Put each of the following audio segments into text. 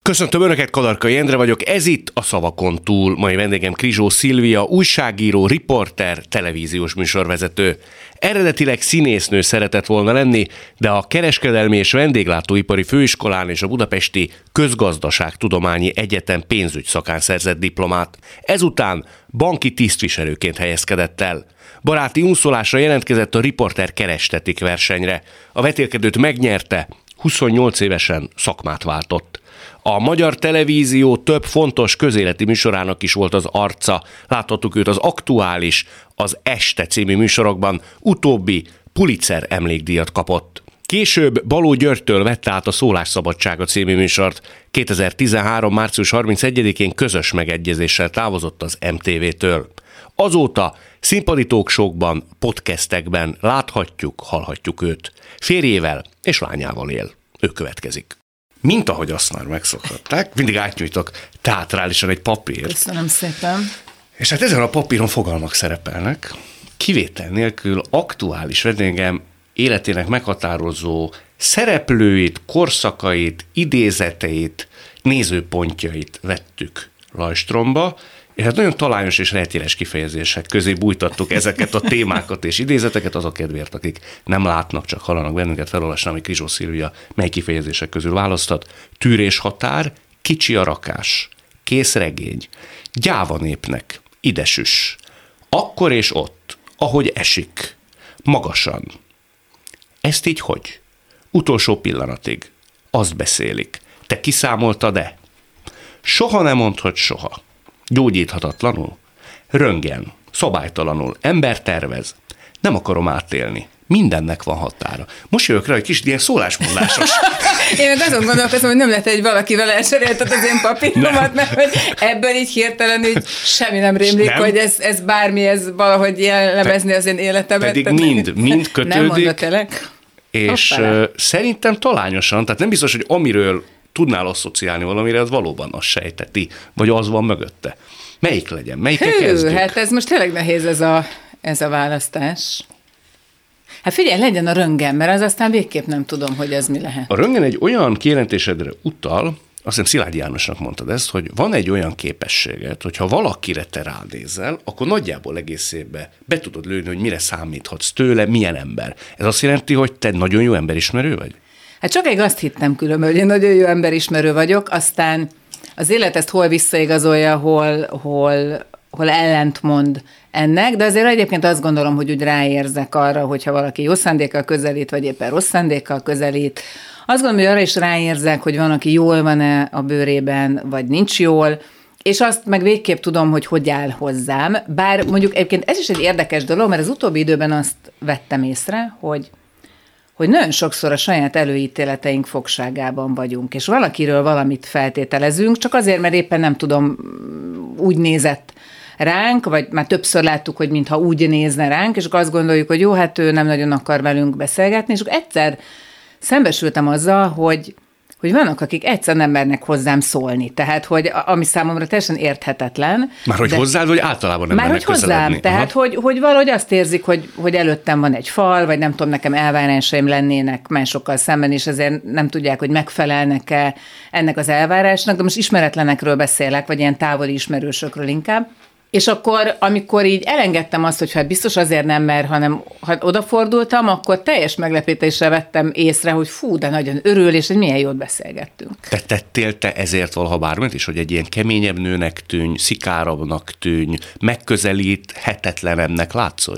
Köszöntöm Önöket, Kadarkai Endre vagyok, ez itt a Szavakon túl. Mai vendégem Krizsó Szilvia, újságíró, riporter, televíziós műsorvezető. Eredetileg színésznő szeretett volna lenni, de a Kereskedelmi és Vendéglátóipari Főiskolán és a Budapesti Közgazdaságtudományi Egyetem pénzügy szakán szerzett diplomát. Ezután banki tisztviselőként helyezkedett el. Baráti unszolásra jelentkezett a Riporter Kerestetik versenyre. A vetélkedőt megnyerte, 28 évesen szakmát váltott. A Magyar Televízió több fontos közéleti műsorának is volt az arca. Láthattuk őt az Aktuális, az Este című műsorokban, utóbbi Pulitzer emlékdíjat kapott. Később Baló Györgytől vette át a Szólásszabadsága című műsort. 2013. március 31-én közös megegyezéssel távozott az MTV-től. Azóta színpadi talkshowkban, podcastekben láthatjuk, hallhatjuk őt. Férjével és lányával él. Ő következik. Mint ahogy azt már megszokhatták, mindig átnyújtok teátrálisan egy papírt. Köszönöm szépen. És hát ezen a papíron fogalmak szerepelnek. Kivétel nélkül aktuális vendégem életének meghatározó szereplőit, korszakait, idézeteit, nézőpontjait vettük lajstromba, és hát nagyon talányos és rejtélyes kifejezések közé bújtattuk ezeket a témákat és idézeteket, azok kedvéért, akik nem látnak, csak hallanak bennünket, felolvasnám, hogy Krizsó Szilvia mely kifejezések közül választhat. Tűrés határ, kicsi a rakás, kész regény, gyáva népnek, idesüs, akkor és ott, ahogy esik, magasan. Ezt így hogy? Utolsó pillanatig. Azt beszélik. Te kiszámoltad-e? Soha nem mondhatod soha. Gyógyíthatatlanul, röntgen, szabálytalanul, ember tervez. Nem akarom átélni. Mindennek van határa. Most jövök rá, egy kis ilyen szólásmondásos. Én meg azon gondolkozom, hogy nem lehet egy valakivel elseréltet az én papíromat, mert hogy ebből így hirtelen így semmi nem rémlik, nem. Hogy ez bármi, ez valahogy jellemezni az én életemet. Pedig mind kötődik. Nem mondott tényleg. És szerintem talányosan, tehát nem biztos, hogy amiről tudnál asszociálni valamire, az valóban azt sejteti, vagy az van mögötte. Melyik legyen? Melyikkel kezdjük? Hát ez most tényleg nehéz ez a választás. Hát figyelj, legyen a röntgen, mert az aztán végképp nem tudom, hogy ez mi lehet. A röntgen egy olyan kijelentésedre utal, azt hiszem Szilágyi Jánosnak mondtad ezt, hogy van egy olyan képességed, hogyha valakire te ránézel, akkor nagyjából egészében be tudod lőni, hogy mire számíthatsz tőle, milyen ember. Ez azt jelenti, hogy te nagyon jó emberismerő vagy? Hát sokáig azt hittem különben, hogy én nagyon jó emberismerő vagyok, aztán az élet ezt hol visszaigazolja, hol ellentmond ennek, de azért egyébként azt gondolom, hogy úgy ráérzek arra, hogyha valaki jó szándékkal közelít, vagy éppen rossz szándékkal közelít. Azt gondolom, hogy arra is ráérzek, hogy van, aki jól van-e a bőrében, vagy nincs jól, és azt meg végképp tudom, hogy áll hozzám. Bár mondjuk egyébként ez is egy érdekes dolog, mert az utóbbi időben azt vettem észre, hogy nagyon sokszor a saját előítéleteink fogságában vagyunk, és valakiről valamit feltételezünk, csak azért, mert éppen nem tudom, úgy nézett ránk, vagy már többször láttuk, hogy mintha úgy nézne ránk, és akkor azt gondoljuk, hogy jó, hát ő nem nagyon akar velünk beszélgetni, és akkor egyszer szembesültem azzal, hogy vannak, akik egyszer nem mernek hozzám szólni. Tehát, hogy ami számomra teljesen érthetetlen. Már hogy hozzád, vagy általában nem mernek közeledni? Már hogy hozzám. Tehát, hogy valahogy azt érzik, hogy előttem van egy fal, vagy nem tudom, nekem elvárásaim lennének másokkal szemben, és ezért nem tudják, hogy megfelelnek-e ennek az elvárásnak, de most ismeretlenekről beszélek, vagy ilyen távoli ismerősökről inkább. És akkor, amikor így elengedtem azt, hogy hát biztos azért nem, mert hanem ha odafordultam, akkor teljes meglepetésre vettem észre, hogy fú, de nagyon örül, és hogy milyen jót beszélgettünk. Te tettél ezért valaha bármit is, hogy egy ilyen keményebb nőnek tűnj, szikárabbnak tűnj, megközelíthetetlenebbnek látszódj?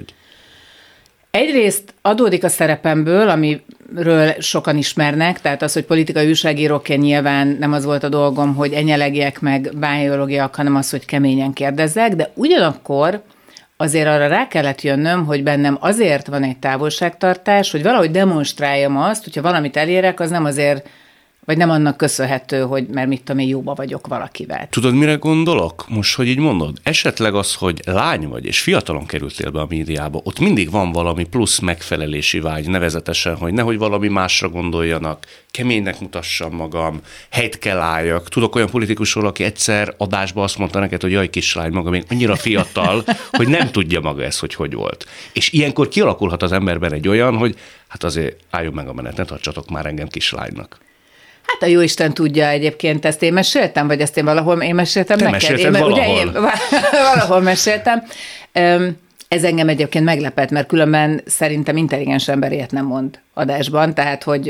Egyrészt adódik a szerepemből, amiről sokan ismernek, tehát az, hogy politikai újságíróként nyilván nem az volt a dolgom, hogy enyelegjek meg bájológiak, hanem az, hogy keményen kérdezzek, de ugyanakkor azért arra rá kellett jönnöm, hogy bennem azért van egy távolságtartás, hogy valahogy demonstráljam azt, hogyha valamit elérek, az nem azért, vagy nem annak köszönhető, hogy mert mit tudom én, jóba vagyok valakivel. Tudod, mire gondolok? Most, hogy így mondod, esetleg az, hogy lány vagy, és fiatalon kerültél be a médiába, ott mindig van valami plusz megfelelési vágy, nevezetesen, hogy nehogy valami másra gondoljanak, keménynek mutassam magam, helyt kell álljak. Tudok olyan politikusról, aki egyszer adásba azt mondta neked, hogy jaj, kislány, maga még annyira fiatal, hogy nem tudja maga ezt, hogy volt. És ilyenkor kialakulhat az emberben egy olyan, hogy hát azért álljon meg a menet, ne tartsatok már engem kislánynak. Hát a jóisten tudja egyébként, ezt én meséltem, vagy ezt én valahol meséltem neked? Mesélted valahol. Valahol meséltem. Ez engem egyébként meglepett, mert különben szerintem intelligens ember ilyet nem mond adásban, tehát hogy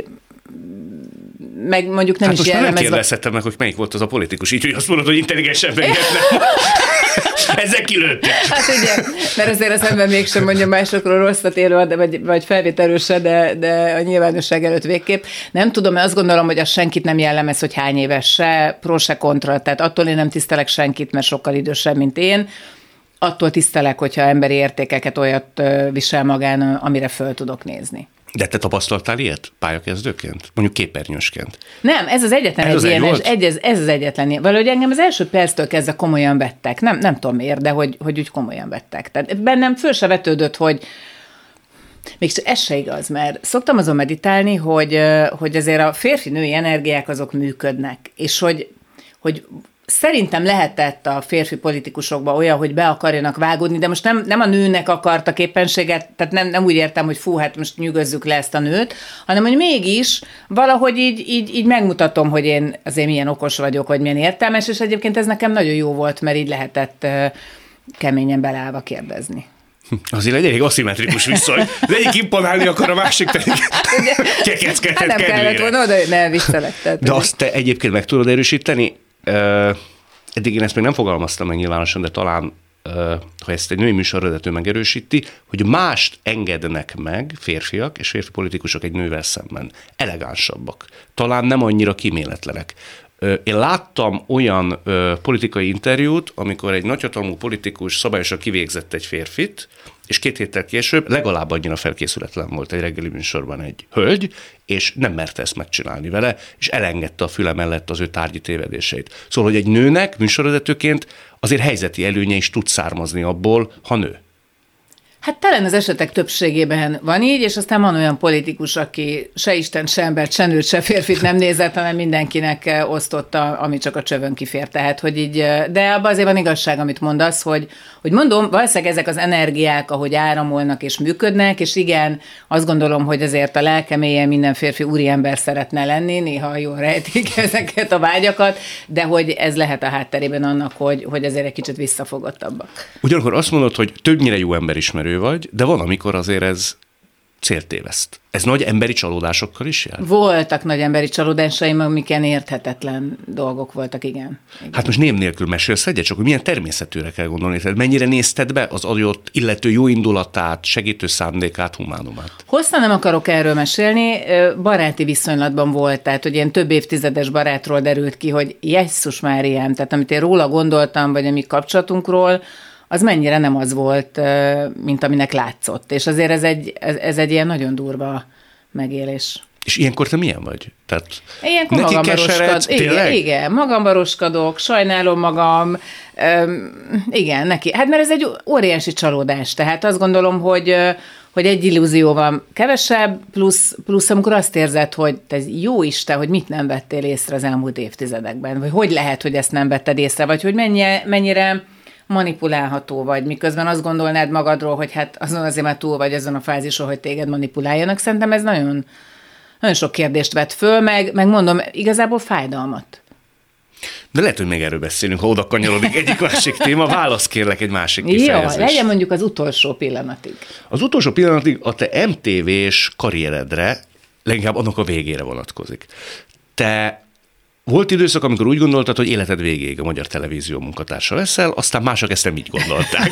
meg mondjuk nem hát is most jellemez. Nem kérdezhettem meg, hogy melyik volt az a politikus, így, hogy azt mondod, hogy intelligens ember ilyet nem. Ezzel kilőttek. Hát ugye, mert azért az ember mégsem mondja másokról rosszat élő, vagy felvételőse, de a nyilvánosság előtt végképp. Nem tudom, mert azt gondolom, hogy az senkit nem jellemez, hogy hány éves, se pro, se kontra. Tehát attól én nem tisztelek senkit, mert sokkal idősebb, mint én. Attól tisztelek, hogyha emberi értékeket olyat visel magán, amire föl tudok nézni. De te tapasztaltál ilyet pályakezdőként? Mondjuk képernyősként? Nem, ez az egyetlen ez ez az egyetlen ilyen. Valahogy engem az első perctől kezdve komolyan vettek. Nem tudom miért, de hogy úgy komolyan vettek. Tehát bennem föl se vetődött, hogy még ez se igaz, mert szoktam azon meditálni, hogy azért a férfi-női energiák azok működnek, és hogy szerintem lehetett a férfi politikusokban olyan, hogy be akarjanak vágódni, de most nem a nőnek akartak éppenséget, tehát nem úgy értem, hogy fú, hát most nyugozzuk le ezt a nőt, hanem hogy mégis valahogy így megmutatom, hogy én azért milyen okos vagyok, vagy milyen értelmes, és egyébként ez nekem nagyon jó volt, mert így lehetett keményen beleállva kérdezni. Azért egy elég aszimmetrikus viszony. Az egyik imponálni akar, a másik pedig kekeckedhet kedvére. Nem kellett volna, de ne viccelek. De azt te egyébként meg tudod erősíteni? Eddig én ezt még nem fogalmaztam meg nyilvánosan, de talán, ha ezt egy női műsorvezető megerősíti, hogy mást engednek meg férfiak és férfi politikusok egy nővel szemben. Elegánsabbak. Talán nem annyira kíméletlenek. Én láttam olyan politikai interjút, amikor egy nagyhatalmú politikus szabályosan kivégzett egy férfit, és 2 héttel később legalább annyira felkészületlen volt egy reggeli műsorban egy hölgy, és nem merte ezt megcsinálni vele, és elengedte a füle mellett az ő tárgyi tévedéseit. Szóval, hogy egy nőnek műsorvezetőként azért helyzeti előnye is tud származni abból, ha nő. Hát talán az esetek többségében van így, és aztán van olyan politikus, aki se Isten, se embert, se nőt, se férfit nem nézett, hanem mindenkinek osztotta, ami csak a csövön kifér. Tehát, hogy így, de abban azért van igazság, amit mondasz, hogy mondom, valószínűleg ezek az energiák, ahogy áramolnak és működnek, és igen, azt gondolom, hogy azért a lelkemélyen minden férfi úriember szeretne lenni, néha jól rejtik ezeket a vágyakat, de hogy ez lehet a hátterében annak, hogy azért egy kicsit visszafogottabbak. Ugyanakkor azt mondod, hogy többnyire jó emberismerő vagy, de van, amikor azért ez célt téveszt. Ez nagy emberi csalódásokkal is jár? Voltak nagy emberi csalódásaim, amiken érthetetlen dolgok voltak, igen. Hát most név nélkül mesélsz egyet, csak hogy milyen természetűre kell gondolni. Tehát mennyire nézted be az adott illető jó indulatát, segítő szándékát, humánumát? Hosszan nem akarok erről mesélni, baráti viszonylatban volt, tehát hogy ilyen több évtizedes barátról derült ki, hogy Jesszus Máriám, tehát amit én róla gondoltam, vagy a mi kapcsolatunkról, az mennyire nem az volt, mint aminek látszott. És azért ez egy ilyen nagyon durva megélés. És ilyenkor te milyen vagy? Tehát ilyenkor igen, magamba roskadok, sajnálom magam, igen, neki. Hát mert ez egy óriási csalódás. Tehát azt gondolom, hogy egy illúzió van kevesebb, plusz amikor azt érzed, hogy te jó Isten, hogy mit nem vettél észre az elmúlt évtizedekben, vagy hogy lehet, hogy ezt nem vetted észre, vagy hogy mennyire manipulálható vagy, miközben azt gondolnád magadról, hogy hát azon azért már túl vagy azon a fázison, hogy téged manipuláljanak. Szerintem ez nagyon, nagyon sok kérdést vet föl, meg mondom, igazából fájdalmat. De lehet, hogy még erről beszélünk, ha oda kanyarodik egyik másik téma. Válasz kérlek egy másik kifejezést. Jó, legyen mondjuk az utolsó pillanatig. Az utolsó pillanatig a te MTV-s karrieredre, leginkább annak a végére vonatkozik. Te volt időszak, amikor úgy gondoltad, hogy életed végéig a Magyar Televízió munkatársa leszel, aztán mások ezt nem így gondolták.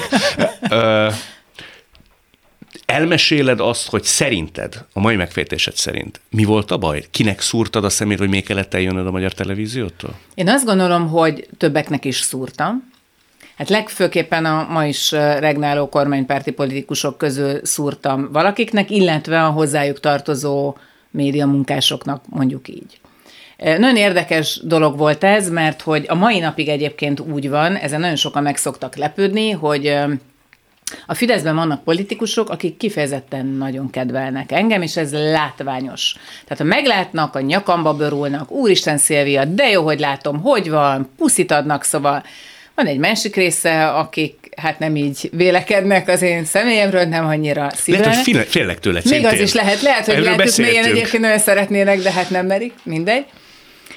Elmeséled azt, hogy szerinted, a mai megfejtésed szerint, mi volt a baj? Kinek szúrtad a szemét, hogy még kellett eljönnöd a Magyar Televíziótól? Én azt gondolom, hogy többeknek is szúrtam. Hát legfőképpen a ma is regnáló kormánypárti politikusok közül szúrtam valakiknek, illetve a hozzájuk tartozó médiamunkásoknak, mondjuk így. Nagyon érdekes dolog volt ez, mert hogy a mai napig egyébként úgy van, ezen nagyon sokan meg szoktak lepődni, hogy a Fideszben vannak politikusok, akik kifejezetten nagyon kedvelnek engem, és ez látványos. Tehát ha meglátnak, a nyakamba borulnak, úristen Szilvia, de jó, hogy látom, hogy van, puszit adnak, szóval van egy másik része, akik hát nem így vélekednek az én személyemről, nem annyira szívülnek. Lehet, hogy félek tőle. Még az is lehet, hogy lehetük mélyen egyébként nagyon szeretnének, de hát nem merik, mindegy.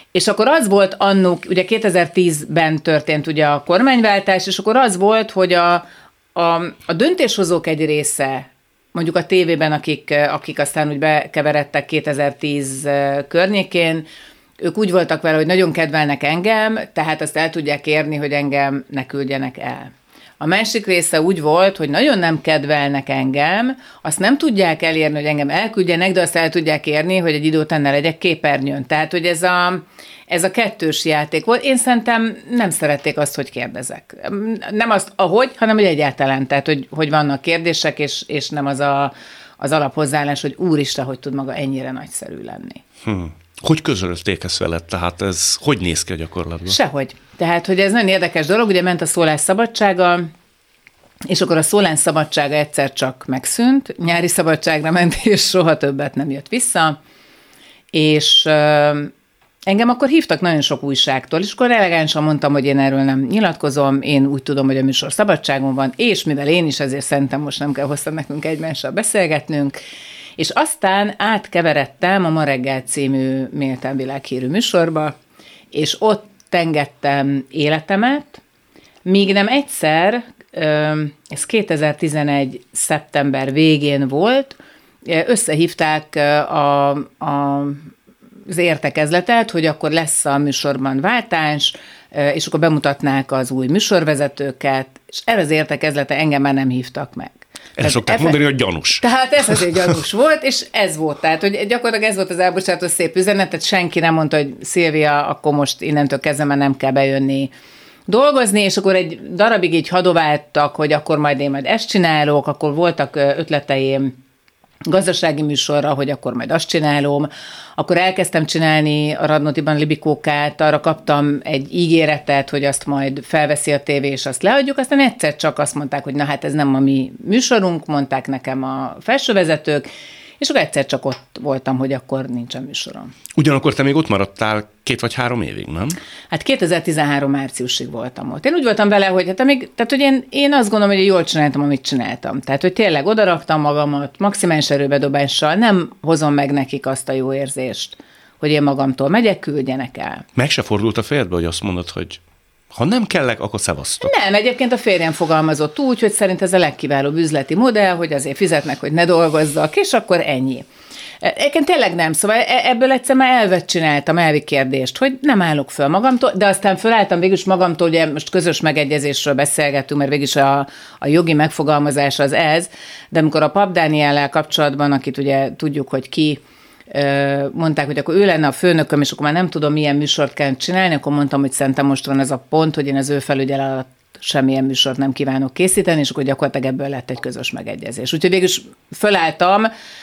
És akkor az volt annuk, ugye 2010-ben történt ugye a kormányváltás, és akkor az volt, hogy a döntéshozók egy része, mondjuk a tévében, akik aztán úgy bekeveredtek 2010 környékén, ők úgy voltak vele, hogy nagyon kedvelnek engem, tehát azt el tudják érni, hogy engem ne küldjenek el. A másik része úgy volt, hogy nagyon nem kedvelnek engem, azt nem tudják elérni, hogy engem elküldjenek, de azt el tudják érni, hogy egy idő után ne legyek képernyőn. Tehát, hogy ez a kettős játék volt. Én szerintem nem szerették azt, hogy kérdezek. Nem azt, ahogy, hanem hogy egyáltalán. Tehát, hogy vannak kérdések, és nem az alaphozzáállás, hogy úristen, hogy tud maga ennyire nagyszerű lenni. Hogy közölték ezt veled? Tehát ez hogy néz ki a gyakorlatban? Sehogy. Tehát, hogy ez nagyon érdekes dolog, ugye ment a szólásszabadsága, és akkor a szólásszabadsága egyszer csak megszűnt, nyári szabadságra ment, és soha többet nem jött vissza, és engem akkor hívtak nagyon sok újságtól, és akkor elegánsan mondtam, hogy én erről nem nyilatkozom, én úgy tudom, hogy a műsor szabadságon van, és mivel én is, ezért szerintem most nem kell hosszan nekünk egymással beszélgetnünk, és aztán átkeveredtem a Ma reggel című méltán világhírű műsorba, és ott tengettem életemet, míg nem egyszer, ez 2011. szeptember végén volt, összehívták az értekezletet, hogy akkor lesz a műsorban váltás, és akkor bemutatnák az új műsorvezetőket, és erre az értekezlete engem már nem hívtak meg. Ezt szokták mondani, hogy gyanús. Tehát ez azért gyanús volt, és ez volt. Tehát, hogy gyakorlatilag ez volt az elbocsátó szép üzenet, tehát senki nem mondta, hogy Szilvia, akkor most innentől kezdve már nem kell bejönni dolgozni, és akkor egy darabig így hadováltak, hogy akkor majd én ezt csinálok, akkor voltak ötleteim gazdasági műsorra, hogy akkor majd azt csinálom. Akkor elkezdtem csinálni a Radnótiban Libikókát, arra kaptam egy ígéretet, hogy azt majd felveszi a tévé, és azt leadjuk. Aztán egyszer csak azt mondták, hogy na hát ez nem a mi műsorunk, mondták nekem a felsővezetők, és akkor egyszer csak ott voltam, hogy akkor nincsen műsorom. Ugyanakkor te még ott maradtál 2 vagy 3 évig, nem? Hát 2013 márciusig voltam ott. Én úgy voltam vele, hogy hogy én azt gondolom, hogy jól csináltam, amit csináltam. Tehát, hogy tényleg odaraktam magamat, maximális erőbedobással, nem hozom meg nekik azt a jó érzést, hogy én magamtól megyek, küldjenek el. Meg se fordult a fejedbe, hogy azt mondod, hogy ha nem kellek, akkor szevasztok. Nem, egyébként a férjem fogalmazott úgy, hogy szerint ez a legkiválóbb üzleti modell, hogy azért fizetnek, hogy ne dolgozzak, és akkor ennyi. Egyébként tényleg nem, szóval ebből egyszer már elvet csináltam, elvi kérdést, hogy nem állok föl magamtól, de aztán fölálltam végülis magamtól, ugye most közös megegyezésről beszélgettünk, mert végülis a jogi megfogalmazás az ez, de amikor a Pap Dániellel kapcsolatban, akit ugye tudjuk, hogy ki, mondták, hogy akkor ő lenne a főnököm, és akkor már nem tudom, milyen műsort kell csinálni, akkor mondtam, hogy szerintem most van ez a pont, hogy én az ő felügyelet alatt semmilyen műsort nem kívánok készíteni, és akkor gyakorlatilag ebből lett egy közös megegyezés. Úgyhogy végülis fölálltam,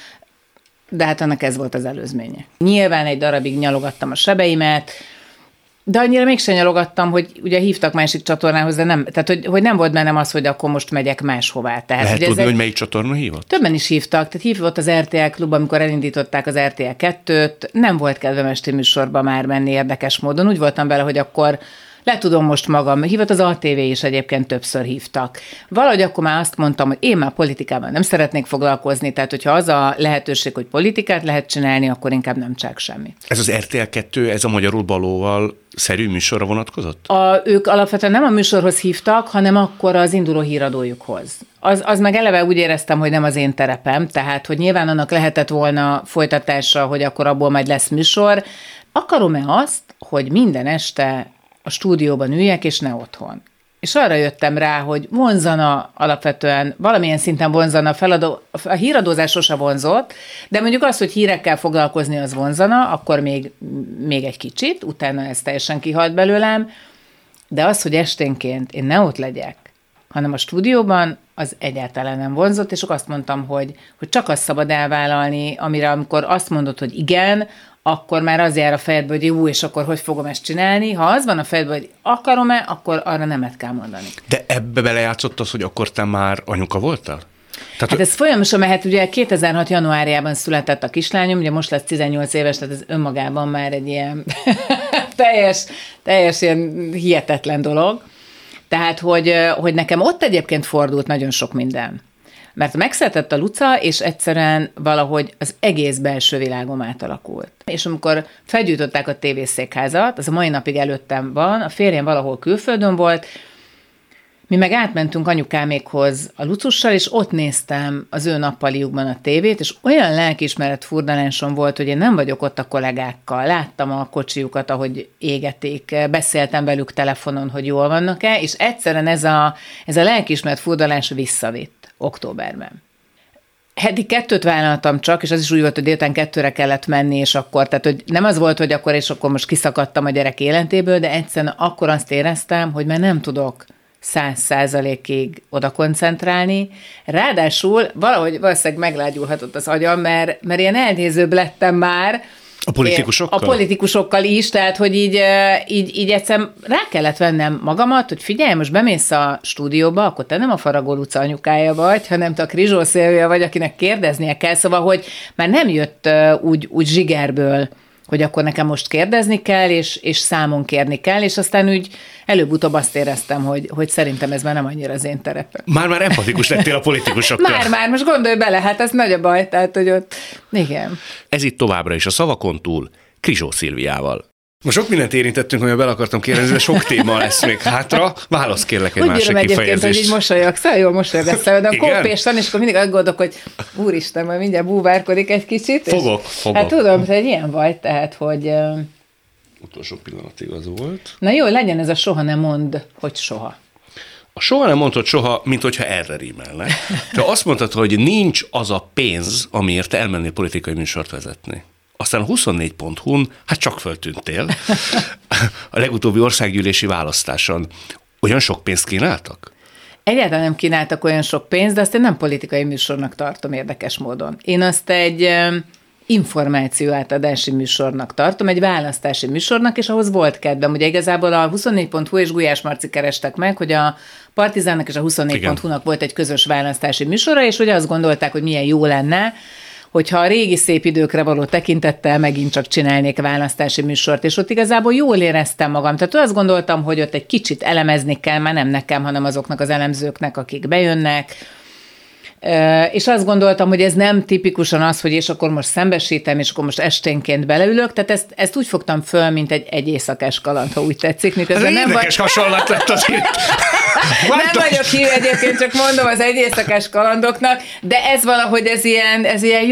de hát annak ez volt az előzménye. Nyilván egy darabig nyalogattam a sebeimet, de annyira mégsem nyalogattam, hogy ugye hívtak másik csatornához, de nem, tehát hogy nem volt bennem az, hogy akkor most megyek máshová. Tehát, lehet tudni, hogy melyik csatorna hívott? Többen is hívtak, tehát hívott az RTL Klub, amikor elindították az RTL 2-t, nem volt kedvem esti műsorba már menni érdekes módon, úgy voltam vele, hogy akkor le tudom most magam. Hívott az ATV is egyébként többször hívtak. Valahogy akkor már azt mondtam, hogy én már politikában nem szeretnék foglalkozni, tehát hogyha az a lehetőség, hogy politikát lehet csinálni, akkor inkább nem csak semmi. Ez az RTL 2, ez a Magyarul Balóval szerű műsorra vonatkozott? Ők alapvetően nem a műsorhoz hívtak, hanem akkor az induló híradójukhoz. Az meg eleve úgy éreztem, hogy nem az én terepem, tehát hogy nyilván annak lehetett volna folytatása, hogy akkor abból majd lesz műsor. Akarom-e azt, hogy minden este a stúdióban üljek, és ne otthon. És arra jöttem rá, hogy vonzana alapvetően, valamilyen szinten vonzana a híradózás sose vonzott, de mondjuk az, hogy hírekkel foglalkozni, az vonzana, akkor még egy kicsit, utána ez teljesen kihalt belőlem, de az, hogy esténként én ne ott legyek, hanem a stúdióban, az egyáltalán nem vonzott, és akkor azt mondtam, hogy csak azt szabad elvállalni, amire amikor azt mondod, hogy igen, akkor már az jár a fejedbe, hogy jó, és akkor hogy fogom ezt csinálni. Ha az van a fejedbe, hogy akarom-e, akkor arra nemet kell mondani. De ebbe belejátszott az, hogy akkor te már anyuka voltál? Tehát hát ez folyamatosan mehet, ugye 2006. januárjában született a kislányom, ugye most lesz 18 éves, tehát ez önmagában már egy ilyen teljes ilyen hihetetlen dolog. Tehát, hogy nekem ott egyébként fordult nagyon sok minden. Mert megszületett a Luca, és egyszerűen valahogy az egész belső világom átalakult. És amikor felgyújtották a tévészékházat, az a mai napig előttem van, a férjem valahol külföldön volt, mi meg átmentünk anyukámékhoz a Lucussal, és ott néztem az ő nappaliukban a tévét, és olyan lelkiismeret furdalásom volt, hogy én nem vagyok ott a kollégákkal. Láttam a kocsijukat, ahogy égeték, beszéltem velük telefonon, hogy jól vannak-e, és egyszerűen ez a lelkiismeret furdalás visszavitt októberben. Heti 2 vállaltam csak, és az is úgy volt, hogy délután 2-re kellett menni, és akkor, tehát hogy nem az volt, hogy akkor most kiszakadtam a gyerek életéből, de egyszerűen akkor azt éreztem, hogy már nem tudok 100%-ig oda koncentrálni. Ráadásul valahogy valószínűleg meglágyulhatott az agyam, mert ilyen elnézőbb lettem már, a politikusokkal? A politikusokkal is, tehát, hogy így egyszerűen rá kellett vennem magamat, hogy figyelj, most bemész a stúdióba, akkor te nem a Faragó Luca anyukája vagy, hanem te a Krizsó Szilvia vagy, akinek kérdeznie kell, szóval, hogy már nem jött úgy zsigerből, hogy akkor nekem most kérdezni kell, és számon kérni kell, és aztán úgy előbb-utóbb azt éreztem, hogy szerintem ez már nem annyira az én terepem. Már empatikus lettél a politikusokkal. Már, most gondolj bele, hát ez nagy a baj, tehát, hogy ott, igen. Ez itt továbbra is a szavakon túl Krizsó Szilviával. Most sok mindent érintettünk, amivel bele akartam kérdezni, de sok téma lesz még hátra. Válasz kérlek egy másik kifejezést. Úgy hogy így mosolyogsz, szóval jól mosolyogsz szemben, kópésan, és akkor mindig aggódok, hogy úristen, majd mindjárt búvárkodik egy kicsit. Fogok. Hát tudom, hogy ilyen vagy, tehát, hogy... Utolsó pillanatig az volt. Na jó, legyen ez a soha nem mondd, hogy soha. A soha nem mondtad soha, mint hogyha erre rímelne. Te azt mondtad, hogy nincs az a pénz, amiért te elmennél politikai műsort vezetni. Aztán a 24.hu-n hát csak föltűntél a legutóbbi országgyűlési választáson. Olyan sok pénzt kínáltak? Egyáltalán nem kínáltak olyan sok pénzt, de azt én nem politikai műsornak tartom érdekes módon. Én azt egy információ átadási műsornak tartom, egy választási műsornak, és ahhoz volt kedvem. Ugye igazából a 24.hu és Gulyás Marci kerestek meg, hogy a Partizánnak és a 24.hu-nak volt egy közös választási műsora, és ugye azt gondolták, hogy milyen jó lenne, hogyha a régi szép időkre való tekintettel megint csak csinálnék választási műsort, és ott igazából jól éreztem magam. Tehát azt gondoltam, hogy ott egy kicsit elemezni kell, már nem nekem, hanem azoknak az elemzőknek, akik bejönnek, és azt gondoltam, hogy ez nem tipikusan az, hogy és akkor most szembesítem, és akkor most esténként beleülök, tehát ezt úgy fogtam föl, mint egy éjszakás kaland, ha úgy tetszik. Miközben nem érdekes hasonlat lett az itt. Nem vagyok hív egyébként, csak mondom az egy éjszakás kalandoknak, de ez valahogy ez ilyen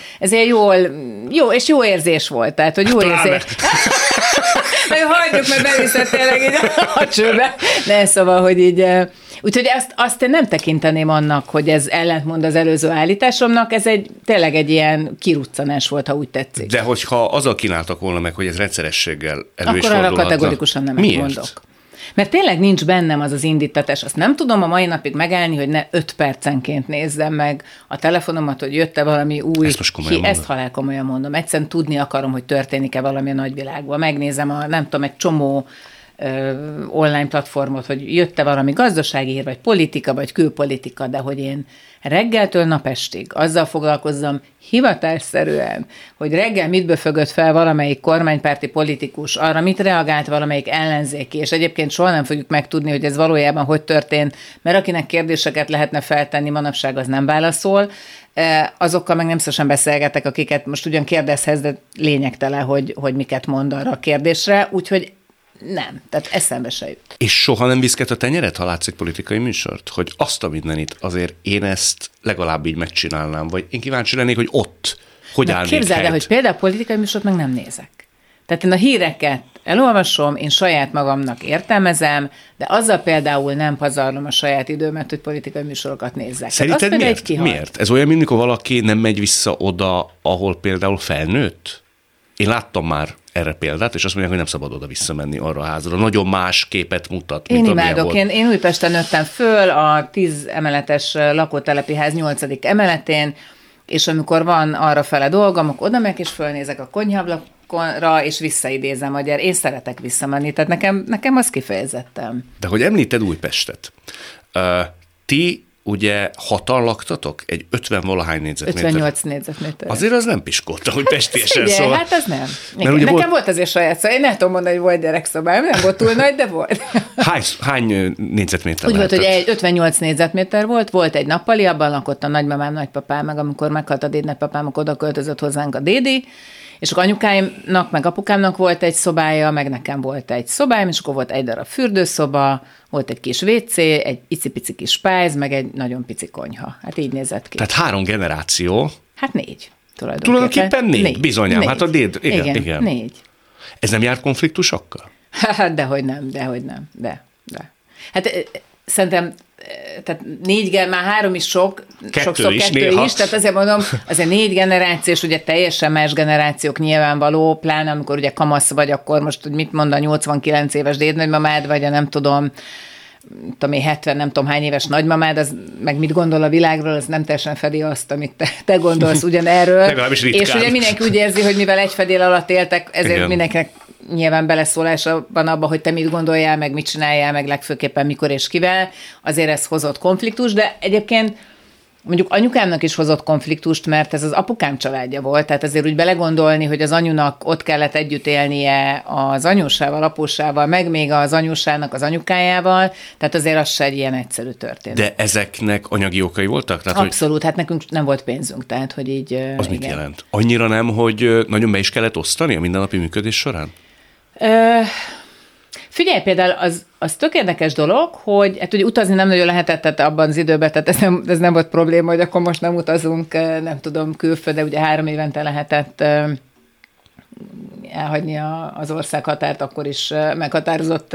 jó, és jó érzés volt, tehát hogy jó érzés. Hagyjuk, mert beviszett tényleg így a csőbe. De szóval, hogy így... Úgyhogy azt én nem tekinteném annak, hogy ez ellentmond az előző állításomnak, ez tényleg egy ilyen kiruccanás volt, ha úgy tetszik. De hogyha azzal kínáltak volna meg, hogy ez rendszerességgel elő is akkor arra kategorikusan nem mondok. Mert tényleg nincs bennem az indítatás. Azt nem tudom a mai napig megállni, hogy ne 5 percenként nézzem meg a telefonomat, hogy jött-e valami új. Ezt halálkomolyan mondom. Egyszerűen tudni akarom, hogy történik-e valami a nagyvilágban. Megnézem egy csomó online platformot, hogy jött-e valami gazdasági hír, vagy politika, vagy külpolitika, de hogy én reggeltől napestig azzal foglalkozzam hivatásszerűen, hogy reggel mit böfögött fel valamelyik kormánypárti politikus, arra mit reagált valamelyik ellenzéki, és egyébként soha nem fogjuk megtudni, hogy ez valójában hogy történt, mert akinek kérdéseket lehetne feltenni, manapság az nem válaszol, azokkal meg nem szívesen beszélgetek, akiket most ugyan kérdezhez, de lényegtelen, hogy miket mond arra a kérdésre, úgyhogy nem, tehát eszembe se jut. És soha nem viszket a tenyeret, ha látsz egy politikai műsort? Hogy azt a mindenit azért én ezt legalább így megcsinálnám, vagy én kíváncsi lennék, hogy ott hogy állnék helyt. Képzeld el, hogy például politikai műsort meg nem nézek. Tehát én a híreket elolvasom, én saját magamnak értelmezem, de azzal például nem pazarlom a saját időmet, hogy politikai műsorokat nézzek. Szerinted miért? Ez olyan, mint mikor valaki nem megy vissza oda, ahol például felnőtt? Én láttam már erre példát, és azt mondják, hogy nem szabad oda visszamenni arra a házra. Nagyon más képet mutat, mint amilyen volt. Én Újpesten nőttem föl, a 10 emeletes lakótelepi ház 8. emeletén, és amikor van arra fele dolgom, akkor oda meg és fölnézek a konyhaablakra, és visszaidézem a gyerek. Én szeretek visszamenni, tehát nekem az kifejezettem. De hogy említed Újpestet, ti ugye hatan laktatok? Egy 50-valahány négyzetméter. 58 négyzetméter. Azért az nem piskóta, hogy pestiesen szól. Hát az nem. Nekem volt azért saját szó. Én nem tudom mondani, hogy volt gyerekszobám, nem volt túl nagy, de volt. Hány négyzetméter úgy lehetett? volt, hogy 58 négyzetméter volt egy nappali, abban lakott a nagymamám, nagypapám, meg amikor meghalt a dédnagypapám, akkor oda költözött hozzánk a dédi, és akkor anyukáimnak, meg apukámnak volt egy szobája, meg nekem volt egy szobáim, és akkor volt egy darab fürdőszoba, volt egy kis WC, egy icipici kis spájz, meg egy nagyon pici konyha. Hát így nézett ki. Tehát 3 generáció. Hát 4. Tulajdonképpen 4, bizonyám. Hát a déd, igen. 4. Ez nem járt konfliktusokkal? Hát dehogy nem. Hát szerintem, tehát 4 már 3 is sok, sokszor 2 is, tehát azért mondom, azért 4 generációs, ugye teljesen más generációk nyilvánvaló, pláne amikor ugye kamasz vagy, akkor most, hogy mit mond a 89 éves dédnagymamád, vagy a nem tudom, 70 nem tudom hány éves nagymamád, az meg mit gondol a világról, az nem teljesen fedi azt, amit te gondolsz ugyanerről. És ugye mindenki úgy érzi, hogy mivel egy fedél alatt éltek, ezért igen. Mindenkinek nyilván beleszólása van abba, hogy te mit gondoljál, meg mit csináljál, meg legfőképpen mikor és kivel. Azért ez hozott konfliktus, de egyébként mondjuk anyukámnak is hozott konfliktust, mert ez az apukám családja volt, tehát azért úgy belegondolni, hogy az anyunak ott kellett együtt élnie az anyósával, apósával, meg még az anyósának az anyukájával, tehát azért az se egy ilyen egyszerű történet. De ezeknek anyagi okai voltak? Tehát, abszolút, hát nekünk nem volt pénzünk, tehát hogy így... Az igen. Mit jelent? Annyira nem, hogy nagyon be is kellett osztani a mindennapi működés során? Figyelj, például az tök érdekes dolog, hogy hát ugye utazni nem nagyon lehetett, tehát abban az időben, tehát ez nem volt probléma, hogy akkor most nem utazunk, nem tudom, külföldre, ugye 3 évente lehetett elhagyni az országhatárt, akkor is meghatározott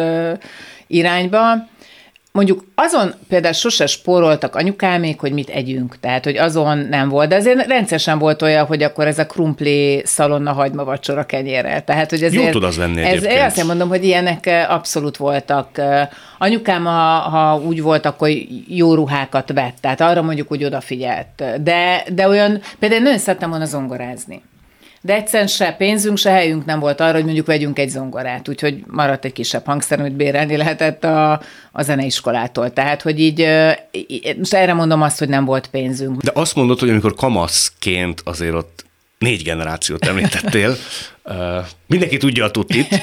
irányba. Mondjuk azon például sose spóroltak anyukámék, hogy mit együnk, tehát hogy azon nem volt, de azért rendszeresen volt olyan, hogy akkor ez a krumpli szalonna hagyma vacsora kenyérrel. Tehát, hogy ezért, jó tud az lenni egyébként. Azt mondom, hogy ilyenek abszolút voltak. Anyukám, ha úgy volt, akkor jó ruhákat vett, tehát arra mondjuk úgy odafigyelt. De olyan, például nagyon szerettem volna zongorázni. De egyszerűen se pénzünk, se helyünk nem volt arra, hogy mondjuk vegyünk egy zongorát, úgyhogy maradt egy kisebb hangszer, amit bérelni lehetett a zeneiskolától. Tehát, hogy így, most erre mondom azt, hogy nem volt pénzünk. De azt mondod, hogy amikor kamaszként azért ott 4 generációt említettél, mindenki tudja a tutit,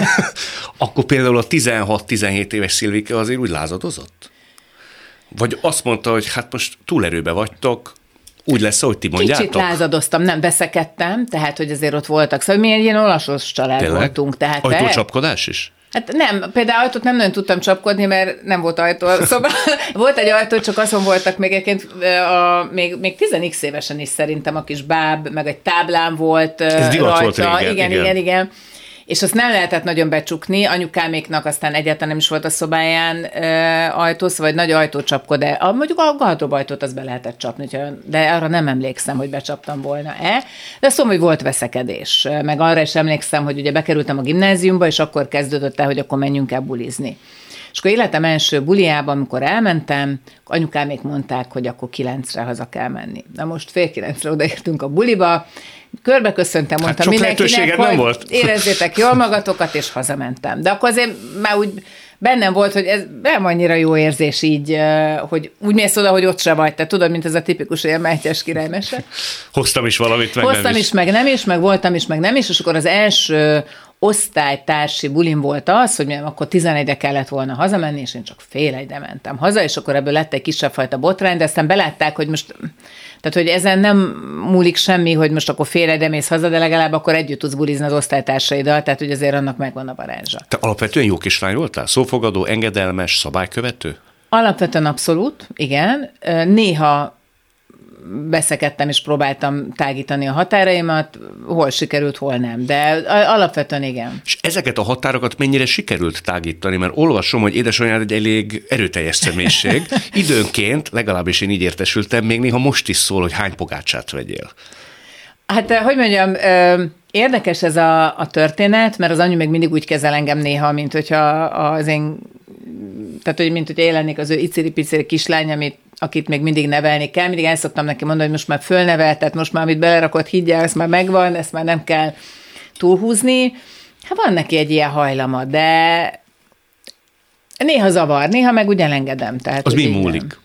akkor például a 16-17 éves Szilvike azért úgy lázadozott? Vagy azt mondta, hogy hát most túlerőbe vagytok, úgy lesz, ahogy ti mondjátok? Kicsit lázadoztam, nem veszekedtem, tehát, hogy azért ott voltak. Szóval mi egy ilyen olaszos család tényleg? Voltunk. Tehát ajtócsapkodás is? Hát nem, például ajtót nem nagyon tudtam csapkodni, mert nem volt ajtó. Szóval volt egy ajtó, csak azon voltak még egyébként, még 10x évesen is szerintem a kis báb, meg egy táblám volt ez divat rajta. Volt régen, igen. És azt nem lehetett nagyon becsukni, anyukáméknak aztán egyáltalán nem is volt a szobáján ajtó, szóval egy nagy ajtócsapkodás. Mondjuk a gardróbajtót azt be lehetett csapni, de arra nem emlékszem, hogy becsaptam volna-e. De azt mondom, hogy volt veszekedés. Meg arra is emlékszem, hogy ugye bekerültem a gimnáziumba, és akkor kezdődött el, hogy akkor menjünk el bulizni. És akkor életem első buliában, amikor elmentem, anyukámék mondták, hogy akkor 9-re haza kell menni. Na most 8:30 odaértünk a buliba, körbeköszöntem, mondtam mindenkinek, hogy volt. Érezzétek jól magatokat, és hazamentem. De akkor azért már úgy bennem volt, hogy ez nem annyira jó érzés így, hogy úgy mész oda, hogy ott se vagy. Te tudod, mint ez a tipikus ilyen Mátyás királymese. Hoztam is valamit, meg hoztam nem is, meg nem is, meg voltam is, meg nem is, és akkor az első osztálytársi bulim volt az, hogy akkor 11-re kellett volna hazamenni, és én csak 12:30 mentem haza, és akkor ebből lett egy kisebb fajta botrány, de aztán belátták, hogy most, tehát hogy ezen nem múlik semmi, hogy most akkor 12:30 mész haza, de legalább akkor együtt tudsz bulizni az osztálytársaiddal, tehát hogy azért annak megvan a varázsa. Te alapvetően jó kislány voltál? Szófogadó, engedelmes, szabálykövető? Alapvetően abszolút, igen. Néha beszekedtem és próbáltam tágítani a határaimat, hol sikerült, hol nem, de alapvetően igen. És ezeket a határokat mennyire sikerült tágítani? Mert olvasom, hogy édesanyád egy elég erőteljes személyiség. Időnként, legalábbis én így értesültem, még néha most is szól, hogy hány pogácsát vegyél. Hát, hogy mondjam, érdekes ez a történet, mert az anyu még mindig úgy kezel engem néha, mint hogyha az én, tehát hogy mint hogyha élennék az ő iciri-piciri kislány, akit még mindig nevelni kell. Mindig el szoktam neki mondani, hogy most már fölnevelt, tehát most már amit belerakott, higgyel, ez már megvan, ezt már nem kell túlhúzni. Hát van neki egy ilyen hajlama, de néha zavar, néha meg úgy elengedem. Tehát, az mi múlik?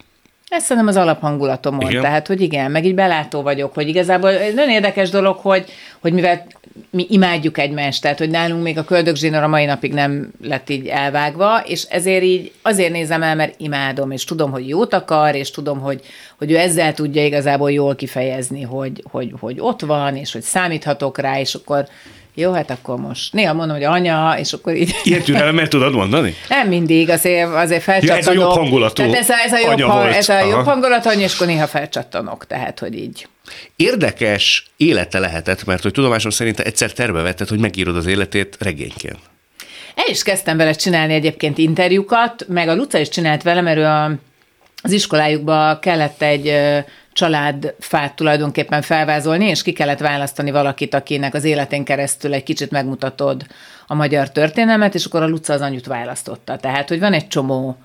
Ez szerintem az alaphangulatomon. Igen. Tehát, hogy igen, meg így belátó vagyok, hogy igazából nagyon érdekes dolog, hogy mivel mi imádjuk egymást, tehát, hogy nálunk még a köldögzsinór a mai napig nem lett így elvágva, és ezért így azért nézem el, mert imádom, és tudom, hogy jót akar, és tudom, hogy ő ezzel tudja igazából jól kifejezni, hogy ott van, és hogy számíthatok rá, és akkor jó, hát akkor most néha mondom, hogy anya, és akkor így... Ilyen türelemmel tudod mondani? Nem mindig, azért felcsattanok. Ja, ez a jobb hangulatú ez a jobb hangulatú anya, és akkor néha felcsattanok, tehát, hogy így. Érdekes élete lehetett, mert hogy tudomásom szerint egyszer terve vetted, hogy megírod az életét regényként. El is kezdtem vele csinálni egyébként interjúkat, meg a Luca is csinált vele, mert az iskolájukba kellett egy családfát tulajdonképpen felvázolni, és ki kellett választani valakit, akinek az életén keresztül egy kicsit megmutatod a magyar történelmet, és akkor a Luca az anyut választotta. Tehát, hogy van egy csomó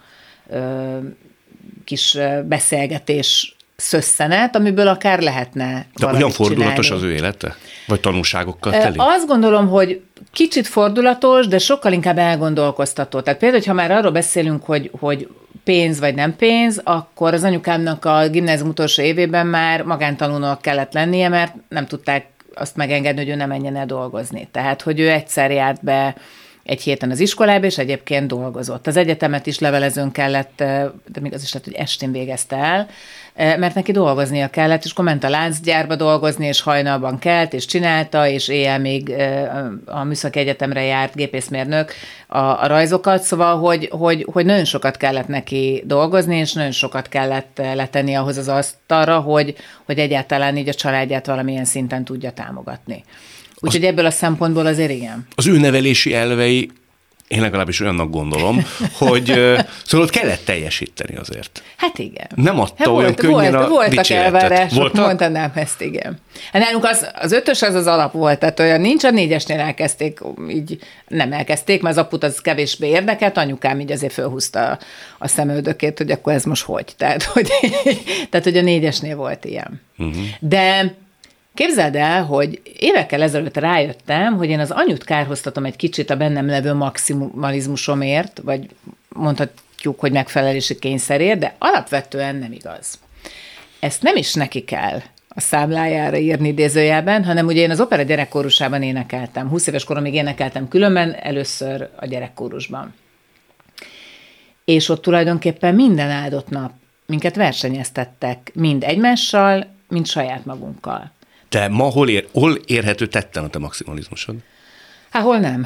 kis beszélgetés szösszenet, amiből akár lehetne de olyan fordulatos csinálni. Az ő élete? Vagy tanulságokkal teli? Azt gondolom, hogy kicsit fordulatos, de sokkal inkább elgondolkoztató. Tehát például, ha már arról beszélünk, hogy pénz vagy nem pénz, akkor az anyukámnak a gimnázium utolsó évében már magántanulónak kellett lennie, mert nem tudták azt megengedni, hogy ő ne menjen el dolgozni. Tehát, hogy ő egyszer járt be egy héten az iskolába, és egyébként dolgozott. Az egyetemet is levelezőn kellett, de még az is lett, hogy estén végezte el, mert neki dolgoznia kellett, és akkor ment a láncgyárba dolgozni, és hajnalban kelt, és csinálta, és éjjel még a Műszaki Egyetemre járt gépészmérnök a rajzokat, szóval, hogy nagyon sokat kellett neki dolgozni, és nagyon sokat kellett letenni ahhoz az asztalra, hogy egyáltalán így a családját valamilyen szinten tudja támogatni. Úgyhogy ebből a szempontból azért igen. Az ő nevelési elvei, én legalábbis olyannak gondolom, hogy szóval ott kellett teljesíteni azért. Hát igen. Nem adta olyan könnyen a voltak elvárások, mondanám ezt, igen. Hát nálunk az 5-ös az alap volt, tehát olyan nincs, a 4-esnél elkezdték, így nem elkezdték, mert az aput az kevésbé érdekelt, anyukám így azért fölhúzta a szemöldökét, hogy akkor ez most hogy. Tehát, hogy a 4-esnél volt ilyen. Uh-huh. De képzeld el, hogy évekkel ezelőtt rájöttem, hogy én az anyut kárhoztatom egy kicsit a bennem levő maximalizmusomért, vagy mondhatjuk, hogy megfelelési kényszerért, de alapvetően nem igaz. Ezt nem is neki kell a számlájára írni idézőjelben, hanem ugye én az opera gyerekkórusában énekeltem. 20 éves koromig énekeltem különben, először a gyerekkórusban. És ott tulajdonképpen minden áldott nap minket versenyeztettek, mind egymással, mind saját magunkkal. De ma hol érhető tetten a te maximalizmusod? Hát hol nem.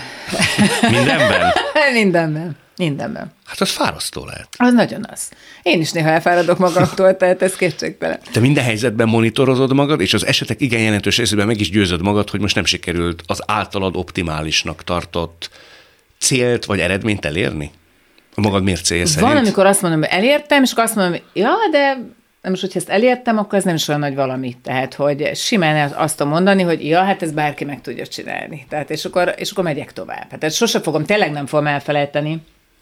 Mindenben? Mindenben. Hát az fárasztó lehet. Az nagyon az. Én is néha elfáradok magamtól, tehát ez kétségtelen. Te minden helyzetben monitorozod magad, és az esetek igen jelentős részében meg is győzöd magad, hogy most nem sikerült az általad optimálisnak tartott célt vagy eredményt elérni? A magad mércéje szerint? Van, amikor azt mondom, hogy elértem, és akkor azt mondom, hogy ja, de most, hogyha ezt elértem, akkor ez nem is olyan nagy valami. Tehát, hogy simán azt tudom mondani, hogy ja, hát ez bárki meg tudja csinálni. Tehát, és akkor megyek tovább. Hát sose fogom, tényleg nem fogom elfelejteni.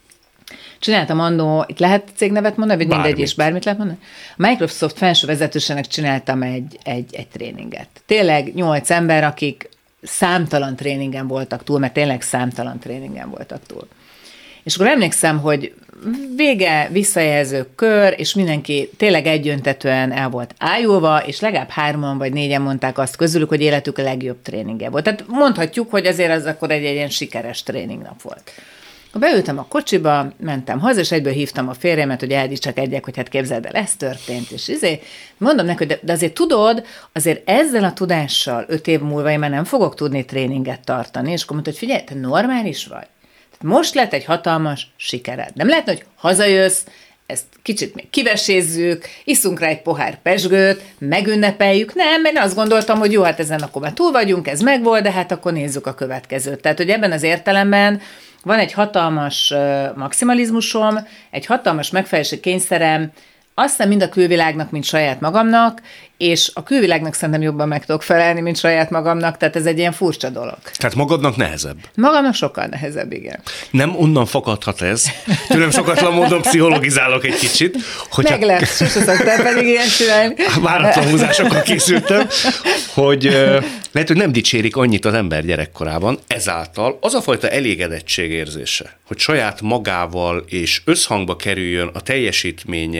Csináltam annó, itt lehet cégnevet mondani, vagy mindegy, és bármit lehet mondani? A Microsoft felső vezetősének csináltam egy tréninget. Tényleg 8 ember, akik számtalan tréningen voltak túl, mert tényleg számtalan tréningen voltak túl. És akkor emlékszem, hogy vége, visszajelző kör, és mindenki tényleg egyöntetően el volt ájulva, és legalább 3 vagy 4 mondták azt közülük, hogy életük a legjobb tréningje volt. Tehát mondhatjuk, hogy azért az akkor egy ilyen sikeres tréningnap volt. Beültem a kocsiba, mentem haza, és egyből hívtam a férjemet, hogy eldicsekedjek, hogy hát képzeld el, ez történt, és mondom neki, hogy de azért tudod, azért ezzel a tudással 5 év múlva én már nem fogok tudni tréninget tartani, és akkor mondta, hogy figyelj, te normális vagy. Most lett egy hatalmas sikered. Nem lehetne, hogy hazajössz, ezt kicsit még kivesézzük, iszunk rá egy pohár pezsgőt, megünnepeljük. Nem, mert azt gondoltam, hogy jó, hát ezen akkor már túl vagyunk, ez megvolt, de hát akkor nézzük a következőt. Tehát, hogy ebben az értelemben van egy hatalmas maximalizmusom, egy hatalmas megfelelési kényszerem, aztán mind a külvilágnak, mint saját magamnak, és a külvilágnak szerintem jobban meg tudok felelni, mint saját magamnak, tehát ez egy ilyen furcsa dolog. Tehát magadnak nehezebb? Magamnak sokkal nehezebb, igen. Nem onnan fakadhat ez, tőlem szokatlan módon pszichologizálok egy kicsit. Meg lesz, sose szoktál pedig ilyen csinálni. Váratlan húzásokkal készültem, hogy lehet, hogy nem dicsérik annyit az ember gyerekkorában, ezáltal az a fajta elégedettség érzése, hogy saját magával és összhangba kerüljön a teljesítménye és az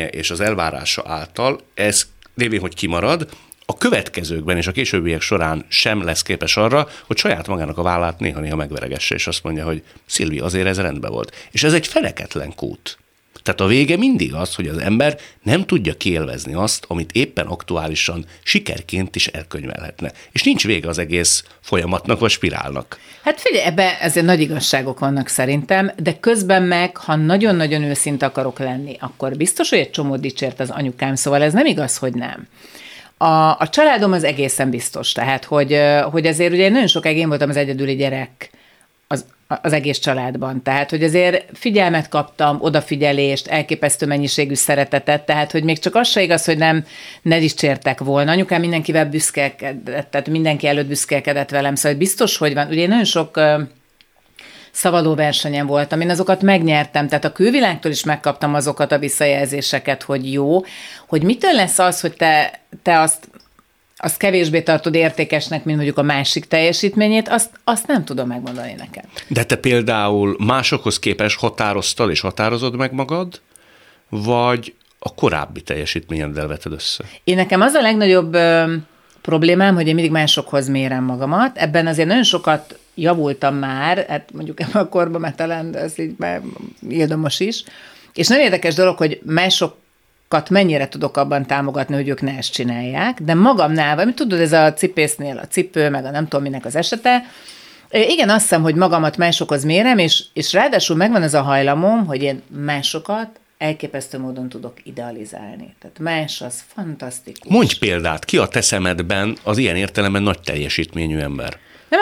elvárása által, ez lévén, hogy kimarad, a következőkben és a későbbiek során sem lesz képes arra, hogy saját magának a vállát néha-néha megveregesse, és azt mondja, hogy Szilvi, azért ez rendben volt. És ez egy feneketlen kút. Tehát a vége mindig az, hogy az ember nem tudja kiélvezni azt, amit éppen aktuálisan sikerként is elkönyvelhetne. És nincs vége az egész folyamatnak vagy spirálnak. Hát figyelj, ebben ezért nagy igazságok vannak szerintem, de közben meg, ha nagyon-nagyon őszinte akarok lenni, akkor biztos, hogy egy csomó dicsért az anyukám, szóval ez nem igaz, hogy nem. A családom az egészen biztos, tehát, hogy azért ugye nagyon sokáig én voltam az egyedüli gyerek az egész családban. Tehát, hogy azért figyelmet kaptam, odafigyelést, elképesztő mennyiségű szeretetet, tehát, hogy még csak az se igaz, hogy ne dicsértek volna. Anyukám mindenkivel büszkélkedett, tehát mindenki előtt büszkélkedett velem, szóval biztos, hogy van. Ugye én nagyon sok szavaló versenyen voltam, én azokat megnyertem, tehát a külvilágtól is megkaptam azokat a visszajelzéseket, hogy jó, hogy mitől lesz az, hogy te azt kevésbé tartod értékesnek, mint mondjuk a másik teljesítményét, azt nem tudom megmondani neked. De te például másokhoz képest határoztad és határozod meg magad, vagy a korábbi teljesítményeddel veted össze? Én nekem az a legnagyobb problémám, hogy én mindig másokhoz mérem magamat. Ebben azért nagyon sokat javultam már, hát mondjuk ebben a korban már talán, ez így már ildomos is. És nagyon érdekes dolog, hogy másokat mennyire tudok abban támogatni, hogy ők ne ezt csinálják, de magamnál, vagy tudod, ez a cipésznél a cipő, meg a nem tudom minek az esete, igen, azt hiszem, hogy magamat másokhoz mérem, és ráadásul megvan ez a hajlamom, hogy én másokat elképesztő módon tudok idealizálni. Tehát más az fantasztikus. Mondj példát, ki a te szemedben az ilyen értelemben nagy teljesítményű ember?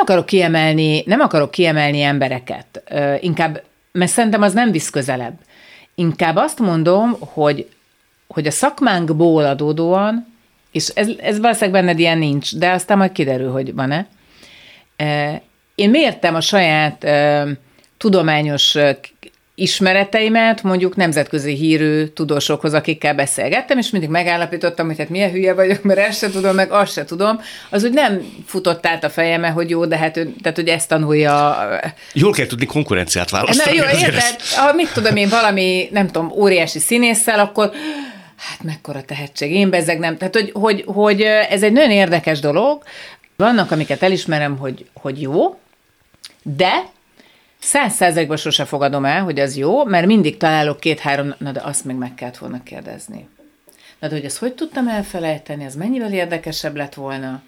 Nem akarok kiemelni embereket, inkább, mert szerintem az nem visz közelebb. Inkább azt mondom, hogy a szakmánkból adódóan, és ez valószínűleg benned ilyen nincs, de aztán majd kiderül, hogy van-e. Én mértem a saját tudományos ismereteimet mondjuk nemzetközi hírű tudósokhoz, akikkel beszélgettem, és mindig megállapítottam, hogy hát milyen hülye vagyok, mert ezt se tudom, meg azt se tudom. Az úgy nem futott át a fejembe, hogy jó, de hát tehát, hogy ezt tanulja. Jól kell tudni konkurenciát választani. Na jó, érted? Ha mit tudom én, valami, nem tudom, óriási színésszel, akkor hát mekkora tehetség, én bezzeg nem. Tehát, hogy ez egy nagyon érdekes dolog. Vannak, amiket elismerem, hogy jó, de 100%-ban sose fogadom el, hogy az jó, mert mindig találok 2-3, na de azt még meg kellett volna kérdezni. Na de hogy ezt hogy tudtam elfelejteni, az mennyivel érdekesebb lett volna.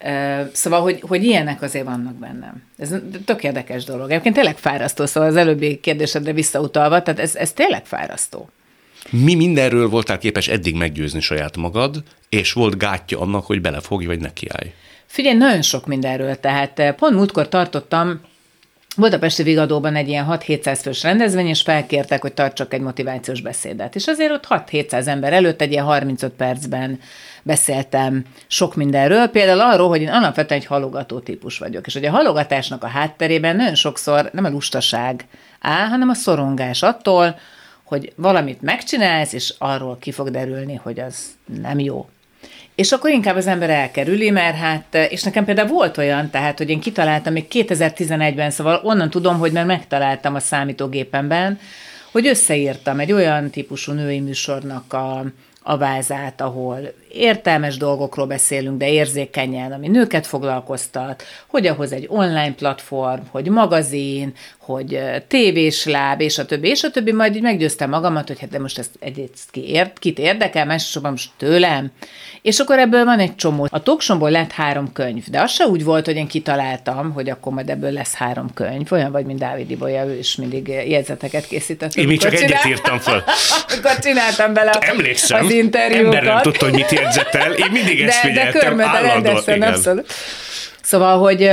Szóval, hogy ilyenek azért vannak bennem. Ez tök érdekes dolog. Egyébként tényleg fárasztó, szóval az előbbi kérdésedre visszautalva, tehát ez tényleg fárasztó. Mi mindenről voltál képes eddig meggyőzni saját magad, és volt gátja annak, hogy belefogj, vagy nekiállj? Figyelj, nagyon sok mindenről. Tehát pont múltkor tartottam, volt a Pesti Vigadóban egy ilyen 6-700 fős rendezvény, és felkértek, hogy tartsak egy motivációs beszédet. És azért ott 6-700 ember előtt egy ilyen 35 percben beszéltem sok mindenről, például arról, hogy én alapvetően egy halogató típus vagyok, és hogy a halogatásnak a hátterében nagyon sokszor nem a lustaság áll, hanem a szorongás attól, hogy valamit megcsinálsz, és arról ki fog derülni, hogy az nem jó. És akkor inkább az ember elkerüli, mert hát, és nekem például volt olyan, tehát, hogy én kitaláltam még 2011-ben, szóval onnan tudom, hogy már megtaláltam a számítógépemben, hogy összeírtam egy olyan típusú női műsornak a vázát, ahol értelmes dolgokról beszélünk, de érzékenyen, ami nőket foglalkoztat, hogy ahhoz egy online platform, hogy magazin, hogy tévés láb, és a többi, majd így meggyőztem magamat, hogy hát de most ezt kit érdekel, másosabban most tőlem. És akkor ebből van egy csomó. A Talkshow-ból lett 3 könyv, de az se úgy volt, hogy én kitaláltam, hogy akkor majd ebből lesz 3 könyv. Olyan vagy, mint Dávid Ibolya, ő is mindig jegyzeteket készített. Én még csak egyet írtam fel. Amikor csináltam bele az interjúkat. Ember nem tudta, hogy mit jegyzetel. Én mindig ezt figyeltem állandóan. Abszolút. Szóval, hogy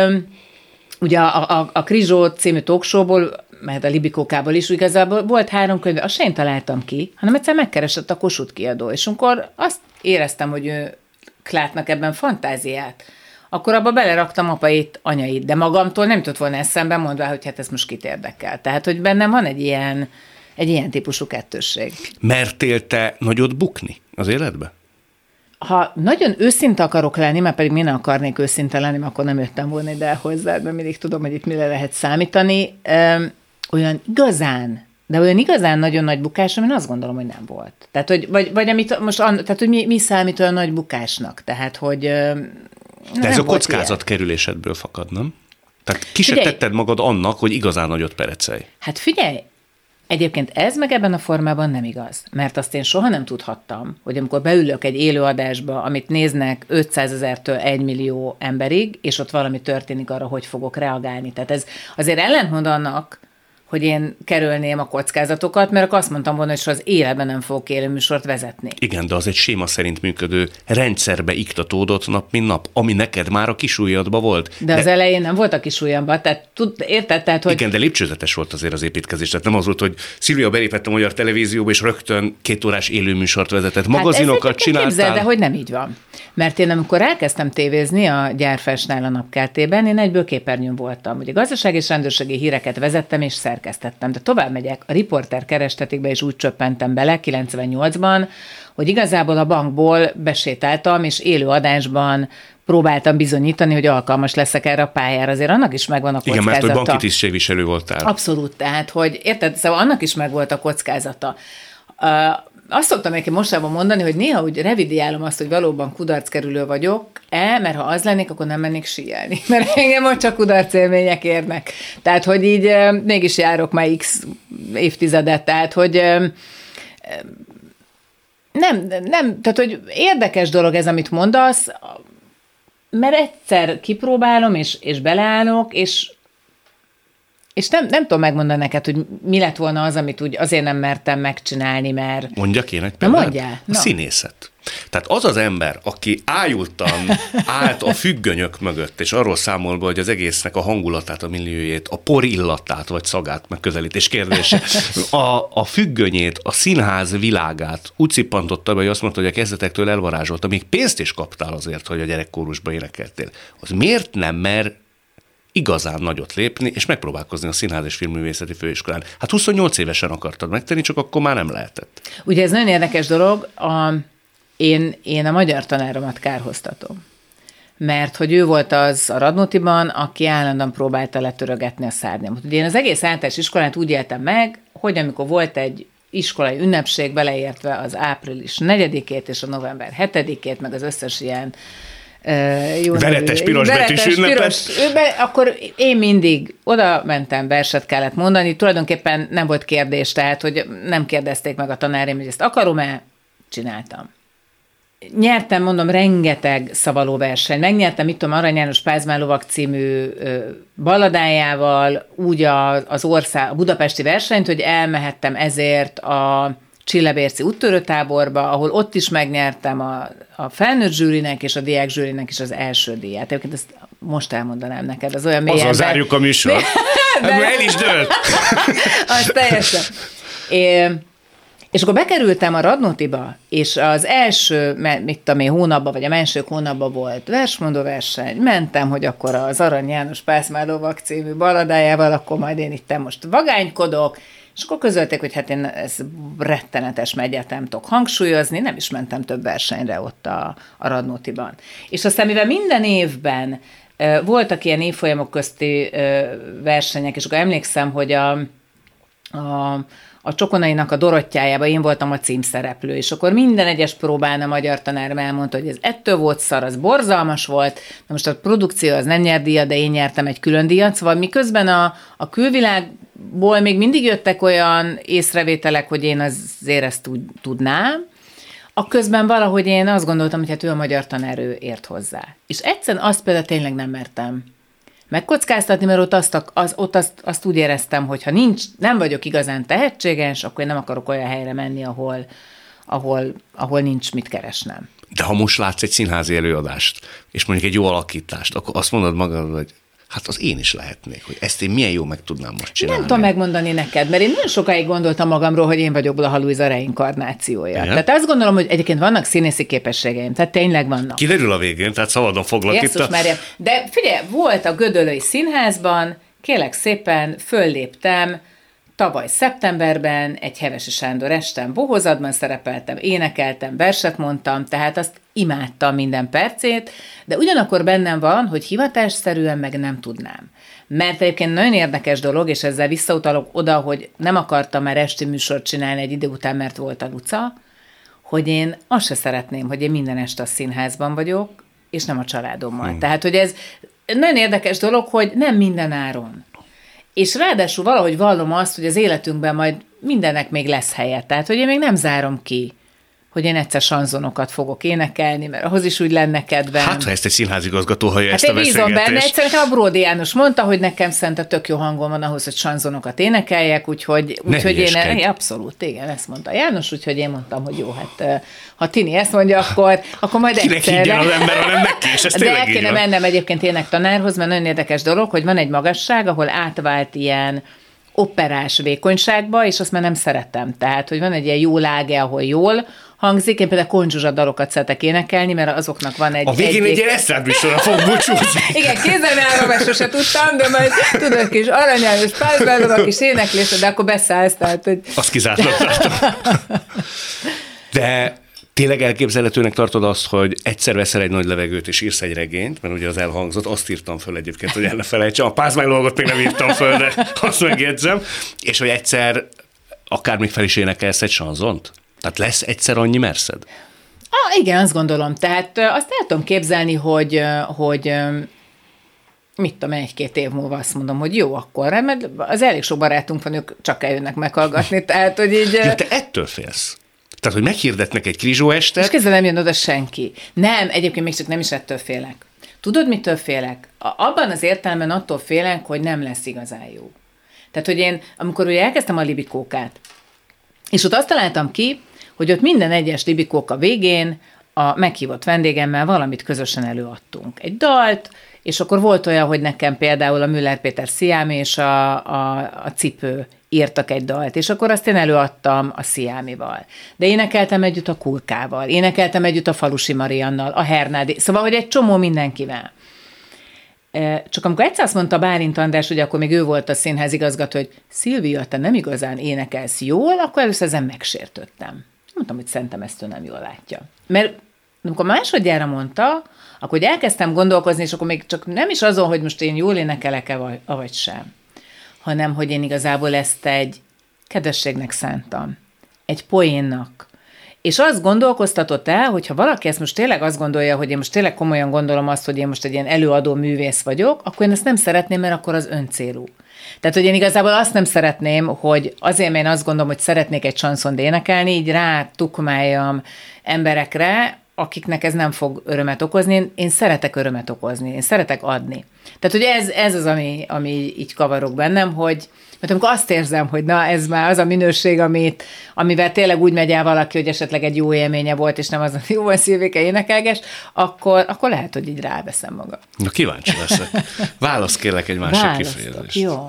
ugye a Krizsó című talkshowból, mert a Libikókából is igazából volt 3 könyv, azt sem találtam ki, hanem egyszer megkeresett a Kossuth kiadó, és amikor azt éreztem, hogy ő látnak ebben fantáziát, akkor abba beleraktam apait, anyait, de magamtól nem tudott volna eszembe mondva, hogy hát ez most kit érdekel. Tehát, hogy bennem van egy ilyen típusú kettősség. Mertél te nagyot bukni az életbe? Ha nagyon őszinte akarok lenni, mert pedig én akarnék őszinte lenni, akkor nem jöttem volna ide hozzád, mert mindig tudom, hogy itt mire lehet számítani. Olyan igazán De olyan igazán nagyon nagy bukás, én azt gondolom, hogy nem volt. Tehát, hogy, vagy amit most, tehát, hogy mi számít olyan nagy bukásnak? Tehát, hogy de ez a kockázatkerülésedből fakad, nem? Tehát ki se tetted magad annak, hogy igazán nagyot perecelj. Hát figyelj, egyébként ez meg ebben a formában nem igaz, mert azt én soha nem tudhattam, hogy amikor beülök egy élőadásba, amit néznek 500 000-től 1 millió emberig, és ott valami történik, arra hogy fogok reagálni. Tehát ez azért ellentmond annak, hogy én kerülném a kockázatokat, mert akkor azt mondtam volna, hogy az életben nem fogok élőműsort vezetni. Igen, de az egy séma szerint működő rendszerbe iktatódott nap, mint nap, ami neked már a kisujjadban volt. De az elején nem volt a kisujjamban, tehát érted? Tehát, hogy... Igen, de lépcsőzetes volt azért az építkezés. Tehát nem az volt, hogy Szilvia belépett a Magyar Televízióba, és rögtön 2 órás élőműsort vezetett. Magazinokat csináltál. Képzeld, de hogy nem így van. Mert én amikor elkezdtem tévézni a Gyárfásnál a Napkeltében, én egyből képernyőn voltam. Ugye gazdasági és rendőrségi híreket vezettem és szerkesztettem, de tovább megyek, a riporter kerestetikbe is úgy csöppentem bele 98-ban, hogy igazából a bankból besétáltam, és élő adásban próbáltam bizonyítani, hogy alkalmas leszek erre a pályára. Azért annak is megvan a kockázata. Igen, mert hogy banki tisztségviselő voltál. Abszolút, tehát, hogy érted, szóval annak is megvolt a kockázata. Azt szoktam neki mostában mondani, hogy néha úgy revidiálom azt, hogy valóban kudarckerülő vagyok, mert ha az lennék, akkor nem mennék síelni. Mert engem ott csak kudarc élmények érnek. Tehát, hogy így mégis járok már x évtizedet, tehát, hogy nem, tehát, hogy érdekes dolog ez, amit mondasz, mert egyszer kipróbálom, és beleállok, és nem tudom megmondani neked, hogy mi lett volna az, amit úgy azért nem mertem megcsinálni, mert... Mondjak én egy példát? Mondjál. A színészet. Tehát az az ember, aki ájultan állt a függönyök mögött, és arról számol be, hogy az egésznek a hangulatát, a milliójét, a por illatát vagy szagát megközelítés kérdése, a függönyét, a színház világát úgy cippantotta be, hogy azt mondta, hogy a kezdetektől elvarázsolta, még pénzt is kaptál azért, hogy a gyerekkórusba énekeltél. Az miért nem mer igazán nagyot lépni, és megpróbálkozni a Színház és Filmművészeti Főiskolán? Hát 28 évesen akartad megtenni, csak akkor már nem lehetett. Ugye ez nagyon érdekes dolog, én a magyar tanáromat kárhoztatom. Mert hogy ő volt az a Radnótiban, aki állandóan próbálta letörögetni a szárnyamat. Ugye én az egész általános iskolát úgy éltem meg, hogy amikor volt egy iskolai ünnepség, beleértve az április 4-ét és a november 7-ét, meg az összes ilyen veretes, piros betűs ünnepet. Akkor én mindig oda mentem, verset kellett mondani, tulajdonképpen nem volt kérdés, tehát, hogy nem kérdezték meg a tanáraim, hogy ezt akarom-e, csináltam. Nyertem, mondom, rengeteg szavalóverseny. Megnyertem, mit tudom, Arany János Pázmány lovag című balladájával úgy a budapesti versenyt, hogy elmehettem ezért a Csillebérci úttörőtáborba, ahol ott is megnyertem a felnőtt zsűrinek és a diák zsűrinek is az első díját. Egyébként ezt most elmondanám neked, az olyan mélyen. Azon zárjuk a műsor. El is dőlt. Az teljesen. És akkor bekerültem a Radnótiba, és az első, mit tudom én, hónapban, vagy a második hónapban volt versmondó verseny, mentem, hogy akkor az Arany János Pázmány lovag című balladájával, akkor majd én itt most vagánykodok, és akkor közölték, hogy hát én ez rettenetes, egyáltalán nem tudok hangsúlyozni, nem is mentem több versenyre ott a Radnótiban. És aztán, mivel minden évben voltak ilyen évfolyamok közti versenyek, és akkor emlékszem, hogy a Csokonainak a Dorottyájában én voltam a címszereplő, és akkor minden egyes próbán a magyar tanárom elmondta, hogy ez ettől volt szar, az borzalmas volt, na most a produkció az nem nyert díjat, de én nyertem egy külön díjat, szóval miközben a külvilágból még mindig jöttek olyan észrevételek, hogy én azért ezt úgy tudnám, közben valahogy én azt gondoltam, hogy hát ő a magyar tanár, ő ért hozzá. És egyszerűen azt például tényleg nem mertem megkockáztatni, mert ott azt úgy éreztem, hogy ha nem vagyok igazán tehetséges, akkor én nem akarok olyan helyre menni, ahol nincs mit keresnem. De ha most látsz egy színházi előadást, és mondjuk egy jó alakítást, akkor azt mondod magad, hogy hát az én is lehetnék, hogy ezt én milyen jó meg tudnám most csinálni. Nem tudom megmondani neked, mert én nagyon sokáig gondoltam magamról, hogy én vagyok Blaha Lujza reinkarnációja. Igen? Tehát azt gondolom, hogy egyébként vannak színészi képességeim, tehát tényleg vannak. Kiderül a végén, tehát szabadon foglak itt. De figyelj, volt a Gödöllői Színházban, kérlek szépen, fölléptem tavaly szeptemberben egy Hevesi Sándor esten Bohozatban szerepeltem, énekeltem, verset mondtam, tehát azt imádtam minden percét, de ugyanakkor bennem van, hogy hivatásszerűen meg nem tudnám. Mert egyébként nagyon érdekes dolog, és ezzel visszautalok oda, hogy nem akartam már esti műsort csinálni egy idő után, mert volt a Luca, hogy én azt se szeretném, hogy én minden este a színházban vagyok, és nem a családommal. Tehát, hogy ez nagyon érdekes dolog, hogy nem minden áron. És ráadásul valahogy vallom azt, hogy az életünkben majd mindennek még lesz helye. Tehát, hogy én még nem zárom ki, hogy én egyszer sanzonokat fogok énekelni, mert ahhoz is úgy lenne kedvem. Hát, ha ezt egy színházigazgató hallja ezt a beszélgetést. Hát én bízom benne, egyszer a Bródi János mondta, hogy nekem szerintem tök jó hangom van ahhoz, hogy sanzonokat énekeljek, úgyhogy én abszolút, igen, ezt mondta János, úgyhogy én mondtam, hogy jó, hát ha Tini ezt mondja, akkor majd egyszer. Kinek higgyen az ember, hanem neki, és ez de tényleg el kéne mennem egyébként énektanárhoz, mert nagyon érdekes dolog, hogy van egy magasság, ahol átvált ilyen operás vékonyságba, és azt már nem szeretem. Tehát, hogy van egy ilyen jó láge, ahol jól hangzik. Én például Konzsuzsa dalokat szeretek énekelni, mert azoknak van egy... A végén egy ilyen esztrádműsorra fog búcsúzni. Igen, kézen állva, mert sose tudtam, de majd tudod, kis aranyányos pálzálom, a kis éneklés, de akkor beszállsz, tehát, hogy... Azt kizártnak tartom. De tényleg elképzelhetőnek tartod azt, hogy egyszer veszel egy nagy levegőt és írsz egy regényt, mert ugye az elhangzott, azt írtam föl egyébként, hogy el ne felejtsem. A Pázmány dolgot még nem írtam föl, de azt megjegyzem. És hogy egyszer akár még fel is énekelsz egy sanzont? Tehát lesz egyszer annyi merszed? Igen, azt gondolom. Tehát azt el tudom képzelni, hogy mit tudom, 1-2 év múlva azt mondom, hogy jó, akkor, mert az elég sok barátunk van, ők csak eljönnek meghallgatni, tehát, hogy így... Ja, te ettől félsz? Tehát, hogy meghirdetnek egy Krizsó estet? És közben nem jön oda senki. Nem, egyébként még csak nem is ettől félek. Tudod, mitől félek? Abban az értelemben attól félek, hogy nem lesz igazán jó. Tehát, hogy én, amikor ugye elkezdtem a Libikókát, és ott azt találtam ki, hogy ott minden egyes Libikóka végén a meghívott vendégemmel valamit közösen előadtunk. Egy dalt, és akkor volt olyan, hogy nekem például a Müller Péter Sziámi és a Cipő írtak egy dalt, és akkor azt én előadtam a Sziámival. De énekeltem együtt a Kulkával, énekeltem együtt a Falusi Mariannal, a Hernádi, szóval, hogy egy csomó mindenkivel. Csak amikor egyszer azt mondta Bálint András, hogy akkor még ő volt a színházigazgató, hogy Szilvia, te nem igazán énekelsz jól, akkor először ezen megsértődtem. Mondtam, hogy szerintem ezt ő nem jól látja. Mert amikor másodjára mondta, akkor elkezdtem gondolkozni, és akkor még csak nem is azon, hogy most én jól énekelek-e vagy sem, hanem hogy én igazából ezt egy kedvességnek szántam, egy poénnak. És azt gondolkoztatott el, hogy ha valaki ezt most tényleg azt gondolja, hogy én most tényleg komolyan gondolom azt, hogy én most egy ilyen előadó művész vagyok, akkor én ezt nem szeretném, mert akkor az öncélú. Tehát, hogy én igazából azt nem szeretném, hogy azért, mert én azt gondolom, hogy szeretnék egy csanszont énekelni, így rá tukmáljam emberekre, akiknek ez nem fog örömet okozni. Én szeretek örömet okozni, én szeretek adni. Tehát, hogy ez az, ami így kavarok bennem, hogy mert amikor azt érzem, hogy na, ez már az a minőség, amivel tényleg úgy megy el valaki, hogy esetleg egy jó élménye volt, és nem az, hogy jó van, Szilvike, énekelges, akkor lehet, hogy így ráveszem magam. Na, kíváncsi leszek. Válasz kérlek egy másik kifejezést. Jó.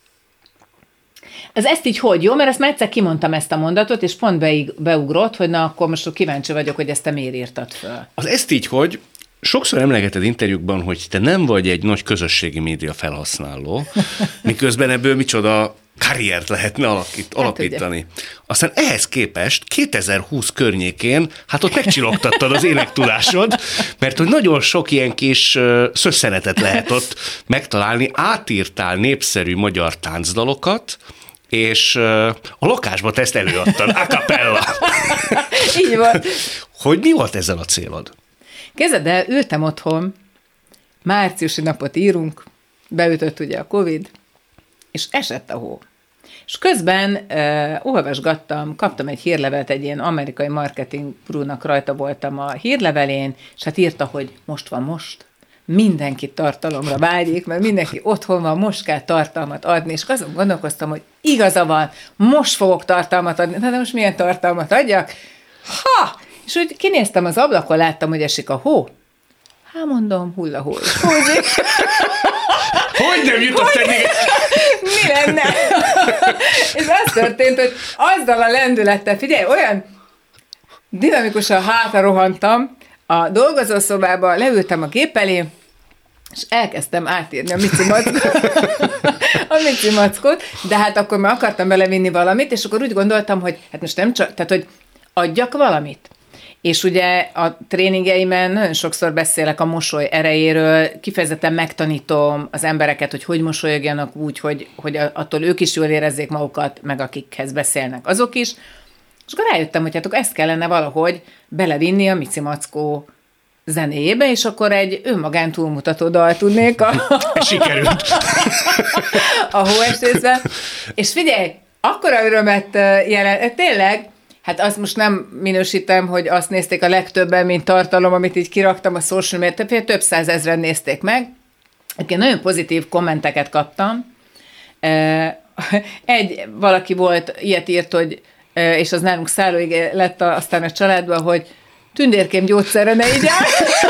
Ezt így hogy jó? Mert ezt már egyszer kimondtam ezt a mondatot, és pont beugrott, hogy na, akkor most kíváncsi vagyok, hogy ezt te miért írtad föl. Az ezt így hogy? Sokszor emlegeted interjúkban, hogy te nem vagy egy nagy közösségi média felhasználó, miközben ebből micsoda karriert lehetne alapítani. Aztán ehhez képest 2020 környékén, hát ott megcsillogtattad az énektudásod, mert hogy nagyon sok ilyen kis szösszenetet lehet ott megtalálni, átírtál népszerű magyar táncdalokat, és a lakásba te ezt előadtad, a cappella. Így volt. Hogy mi volt ezzel a célod? Képzeld el, ültem otthon, márciusi napot írunk, beütött ugye a Covid, és esett a hó. És közben olvasgattam, kaptam egy hírlevelet, egy ilyen amerikai marketing gurúnak rajta voltam a hírlevelén, és hát írta, hogy most van most, mindenki tartalomra vágyik, mert mindenki otthon van, most kell tartalmat adni, és azon gondolkoztam, hogy igaza van, most fogok tartalmat adni, de most milyen tartalmat adjak? És úgy kinéztem az ablakon, láttam, hogy esik a hó. Mondom, hulla-hó. Hogy nem jutott eddig? Mi lenne? És az történt, hogy azzal a lendülettel, figyelj, olyan dinamikusan hátra rohantam, a dolgozószobába leültem a gép elé, és elkezdtem átírni a Mici Mackót, de hát akkor már akartam belevinni valamit, és akkor úgy gondoltam, hogy hát most nem csak, tehát hogy adjak valamit. És ugye a tréningeimen nagyon sokszor beszélek a mosoly erejéről, kifejezetten megtanítom az embereket, hogy mosolyogjanak úgy, hogy attól ők is jól érezzék magukat, meg akikhez beszélnek azok is. És akkor rájöttem, hogy hát akkor ezt kellene valahogy belevinni a Mici Mackó zenéjébe, és akkor egy önmagán túlmutató dal tudnék sikerült. A hóesésben. És figyelj, akkora örömet jelent, tényleg, hát azt most nem minősítem, hogy azt nézték a legtöbben, mint tartalom, amit így kiraktam a social media, több százezren nézték meg. Nagyon pozitív kommenteket kaptam. Valaki volt, ilyet írt, hogy, és az nálunk szállóig lett aztán a családban, hogy tündérkém gyógyszerre ne igyál.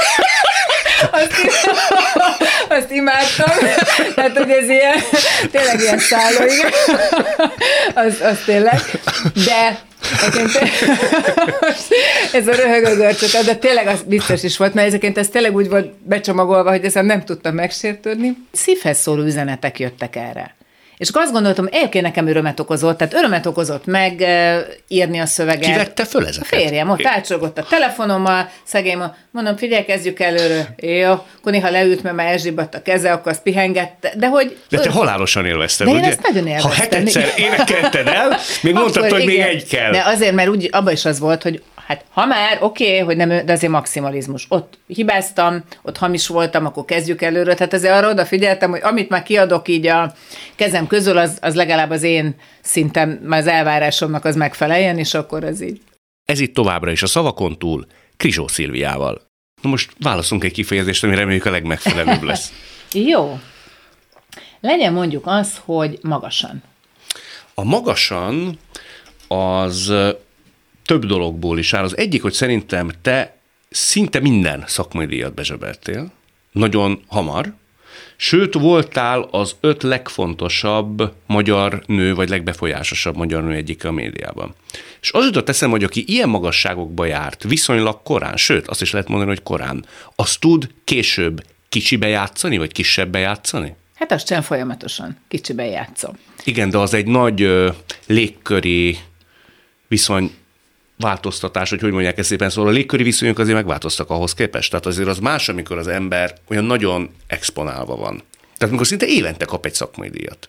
Azt imádtam. Tehát, hogy ez ilyen, tényleg ilyen szállóig. Az tényleg. De ez a röhögő görcsök, de tényleg az biztos is volt, mert ezeket ez tényleg úgy volt becsomagolva, hogy ezen nem tudtam megsértődni. Szívhez szóló üzenetek jöttek erre. És akkor azt gondoltam, nekem örömet okozott, tehát örömet okozott meg írni a szöveget. Ki vette föl ezeket? A férjem, ott átsorgott a telefonommal, szegény, mondom, figyelj, kezdjük előre. Jó, akkor néha leült, mert már elzsibbadt a keze, akkor azt pihengette, de hogy... De te halálosan élvezted, ugye? Én ezt nagyon élveztem. Ha hetedszer énekelted el, még mondtad, hogy még egy kell. De azért, mert úgy, abban is az volt, hogy hát ha már, oké, hogy nem, de azért maximalizmus. Ott hibáztam, ott hamis voltam, akkor kezdjük előre. Tehát azért arra odafigyeltem, hogy amit már kiadok így a kezem közül, az legalább az én szintem, már az elvárásomnak az megfeleljen, és akkor ez így. Ez itt továbbra is a szavakon túl Krizsó Szilviával. Na most válaszunk egy kifejezést, ami reméljük a legmegfelelőbb lesz. Jó. Legyen mondjuk az, hogy magasan. A magasan az több dologból is áll. Az egyik, hogy szerintem te szinte minden szakmai díjat bezsebeltél, nagyon hamar, sőt, voltál az 5 legfontosabb magyar nő, vagy legbefolyásosabb magyar nő egyike a médiában. És az jutott eszembe, hogy aki ilyen magasságokba járt, viszonylag korán, sőt, azt is lehet mondani, hogy korán, az tud később kicsibe játszani, vagy kisebbbe játszani? Hát azt sem folyamatosan kicsibe játszom. Igen, de az egy nagy légköri viszony változtatás, hogy mondják ezt szépen, szóval a légköri viszonyok azért megváltoztak ahhoz képest. Tehát azért az más, amikor az ember olyan nagyon exponálva van. Tehát amikor szinte évente kap egy szakmai díjat.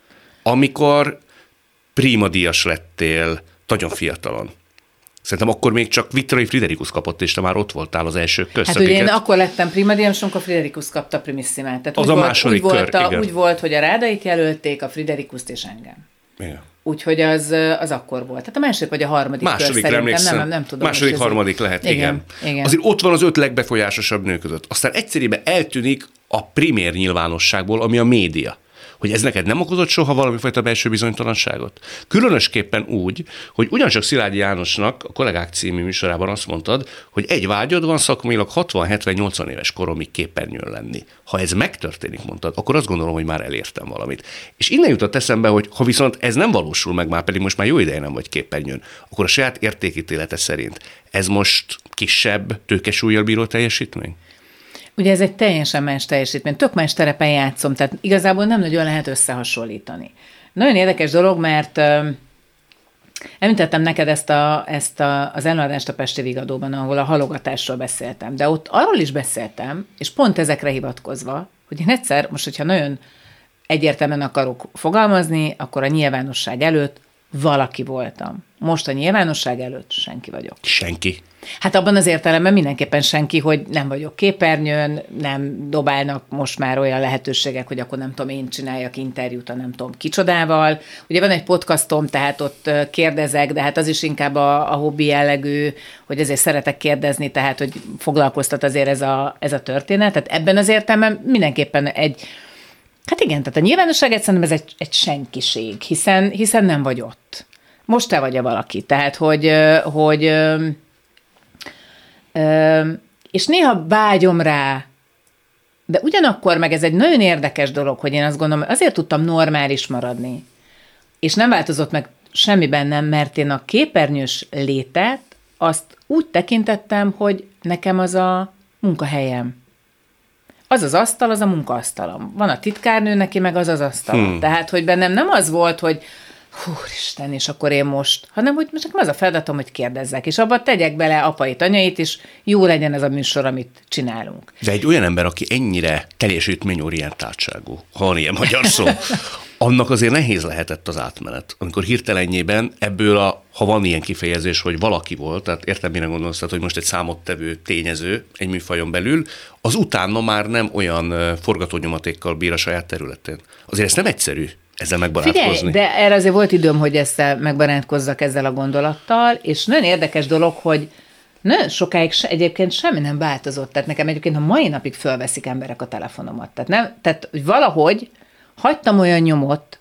Amikor prímadíjas lettél nagyon fiatalon. Szerintem akkor még csak Vitrai Friderikus kapott, és te már ott voltál az elsők közt. Hát ugye én akkor lettem primadíjas, amikor Friderikus kapta Primissimát. Tehát az a második kör, igen. Úgy volt, hogy a Rádait jelölték, a Friderikuszt és engem. Igen. Úgyhogy az akkor volt. Tehát a második vagy a harmadik kör szerintem, nem tudom. Második, harmadik lehet, igen. Azért ott van az 5 legbefolyásosabb nő között. Aztán egyszerűen eltűnik a primér nyilvánosságból, ami a média. Hogy ez neked nem okozott soha valamifajta belső bizonytalanságot? Különösképpen úgy, hogy ugyancsak Szilágyi Jánosnak a Kollégák című műsorában azt mondtad, hogy egy vágyod van szakmailag 60-70-80 éves koromig képernyőn lenni. Ha ez megtörténik, mondtad, akkor azt gondolom, hogy már elértem valamit. És innen jutott eszembe, hogy ha viszont ez nem valósul meg, már pedig most már jó ideje nem vagy képernyőn, akkor a saját értékítélete szerint ez most kisebb tőkesúllyal bíró teljesítmény? Ugye ez egy teljesen más teljesítmény. Tök más terepen játszom, tehát igazából nem nagyon lehet összehasonlítani. Nagyon érdekes dolog, mert említettem neked ezt az előadást a Pesti Vigadóban, ahol a halogatásról beszéltem, de ott arról is beszéltem, és pont ezekre hivatkozva, hogy én egyszer, most hogyha nagyon egyértelműen akarok fogalmazni, akkor a nyilvánosság előtt valaki voltam. Most a nyilvánosság előtt senki vagyok. Senki? Hát abban az értelemben mindenképpen senki, hogy nem vagyok képernyőn, nem dobálnak most már olyan lehetőségek, hogy akkor nem tudom, én csináljak interjút a nem tudom kicsodával. Ugye van egy podcastom, tehát ott kérdezek, de hát az is inkább a hobbi jellegű, hogy ezért szeretek kérdezni, tehát hogy foglalkoztat azért ez a történet. Tehát ebben az értelemben mindenképpen hát igen, tehát a nyilvánosság szerintem ez egy senkiség, hiszen nem vagy ott. Most te vagy a valaki. Tehát, hogy és néha vágyom rá, de ugyanakkor meg ez egy nagyon érdekes dolog, hogy én azt gondolom, azért tudtam normális maradni, és nem változott meg semmi bennem, mert én a képernyős létet azt úgy tekintettem, hogy nekem az a munkahelyem. az az asztal, az a munkaasztalam. Van a titkárnő, neki meg az az asztal. Tehát, hogy bennem nem az volt, hogy Úristen, és akkor én most, hanem hogy most az a feladatom, hogy kérdezzek, és abba tegyek bele apait, anyait, és jó legyen ez a műsor, amit csinálunk. De egy olyan ember, aki ennyire teljesítményorientáltságú, ha van ilyen magyar szó, annak azért nehéz lehetett az átmenet, amikor hirtelenjében ebből ha van ilyen kifejezés, hogy valaki volt, tehát értem, mire gondolsz, tehát, hogy most egy számottevő tényező egy műfajon belül, az utána már nem olyan forgatónyomatékkal bír a saját területén. Azért ez nem egyszerű ezzel megbarátkozni. Figyelj, de erre azért volt időm, hogy ezzel megbarátkozzak ezzel a gondolattal, és nagyon érdekes dolog, hogy nagyon sokáig egyébként semmi nem változott. Tehát nekem egyébként a mai napig fölveszik emberek a telefonomat. Tehát valahogy hagytam olyan nyomot,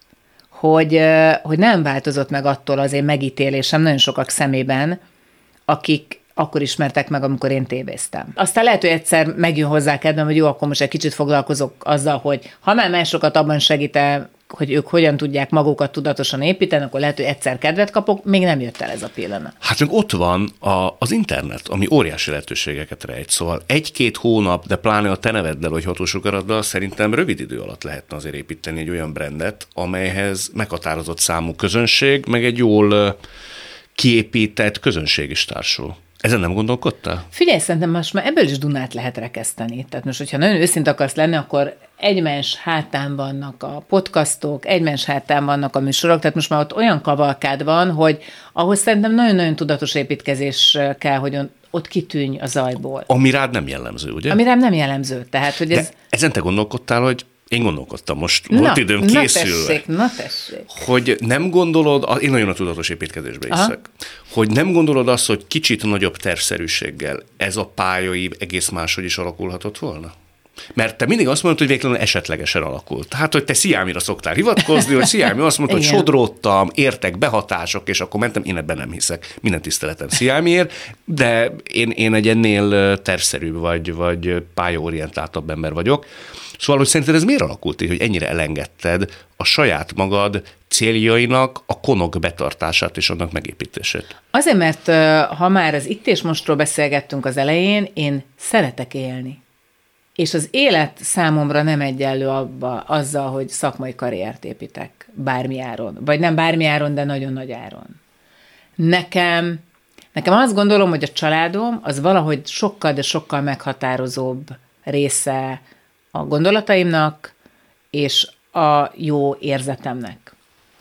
hogy nem változott meg attól az én megítélésem nagyon sokak szemében, akik akkor ismertek meg, amikor én tévéztem. Aztán lehet, hogy egyszer megjön hozzá kedvem, hogy jó, akkor most egy kicsit foglalkozok azzal, hogy ha már másokat abban segítem, hogy ők hogyan tudják magukat tudatosan építeni, akkor lehet, hogy egyszer kedvet kapok, még nem jött el ez a pillanat. Hát még ott van az internet, ami óriási lehetőségeket rejt. Szóval 1-2 hónap, de pláne a te neveddel, hogy hatósugaraddal szerintem rövid idő alatt lehetne azért építeni egy olyan brandet, amelyhez meghatározott számú közönség, meg egy jól kiépített közönség is társul. Ezen nem gondolkodtál? Figyelj, szerintem most már ebből is Dunát lehet rekeszteni. Tehát most, hogyha nagyon őszinte akarsz lenni, akkor egymás hátán vannak a podcastok, egymás hátán vannak a műsorok, tehát most már ott olyan kavalkád van, hogy ahhoz szerintem nagyon-nagyon tudatos építkezés kell, hogy ott kitűnj a zajból. Ami rád nem jellemző, ugye? Ami rám nem jellemző. Tehát, hogy ez... De ezen te gondolkodtál, hogy én gondolkodtam, most volt időm készülve. Na tessék. Hogy nem gondolod, én nagyon a tudatos építkezésbe hiszek, hogy nem gondolod azt, hogy kicsit nagyobb tervszerűséggel ez a pályaív egész máshogy is alakulhatott volna? Mert te mindig azt mondod, hogy végtelenül esetlegesen alakult. Tehát, hogy te Sziámira szoktál hivatkozni, hogy Sziámi azt mondta, hogy sodródtam, értek behatások, és akkor mentem, én ebben nem hiszek. Minden tiszteletem Sziámiért, de én egy ennél tervszerűbb vagy pályaorientáltabb ember vagyok. Szóval, hogy szerinted ez miért alakult így, hogy ennyire elengedted a saját magad céljainak a konok betartását és annak megépítését? Azért, mert ha már az itt és mostról beszélgettünk az elején, én szeretek élni. És az élet számomra nem egyenlő azzal, hogy szakmai karriert építek bármi áron. Vagy nem bármi áron, de nagyon nagy áron. Nekem azt gondolom, hogy a családom az valahogy sokkal, de sokkal meghatározóbb része a gondolataimnak és a jó érzetemnek.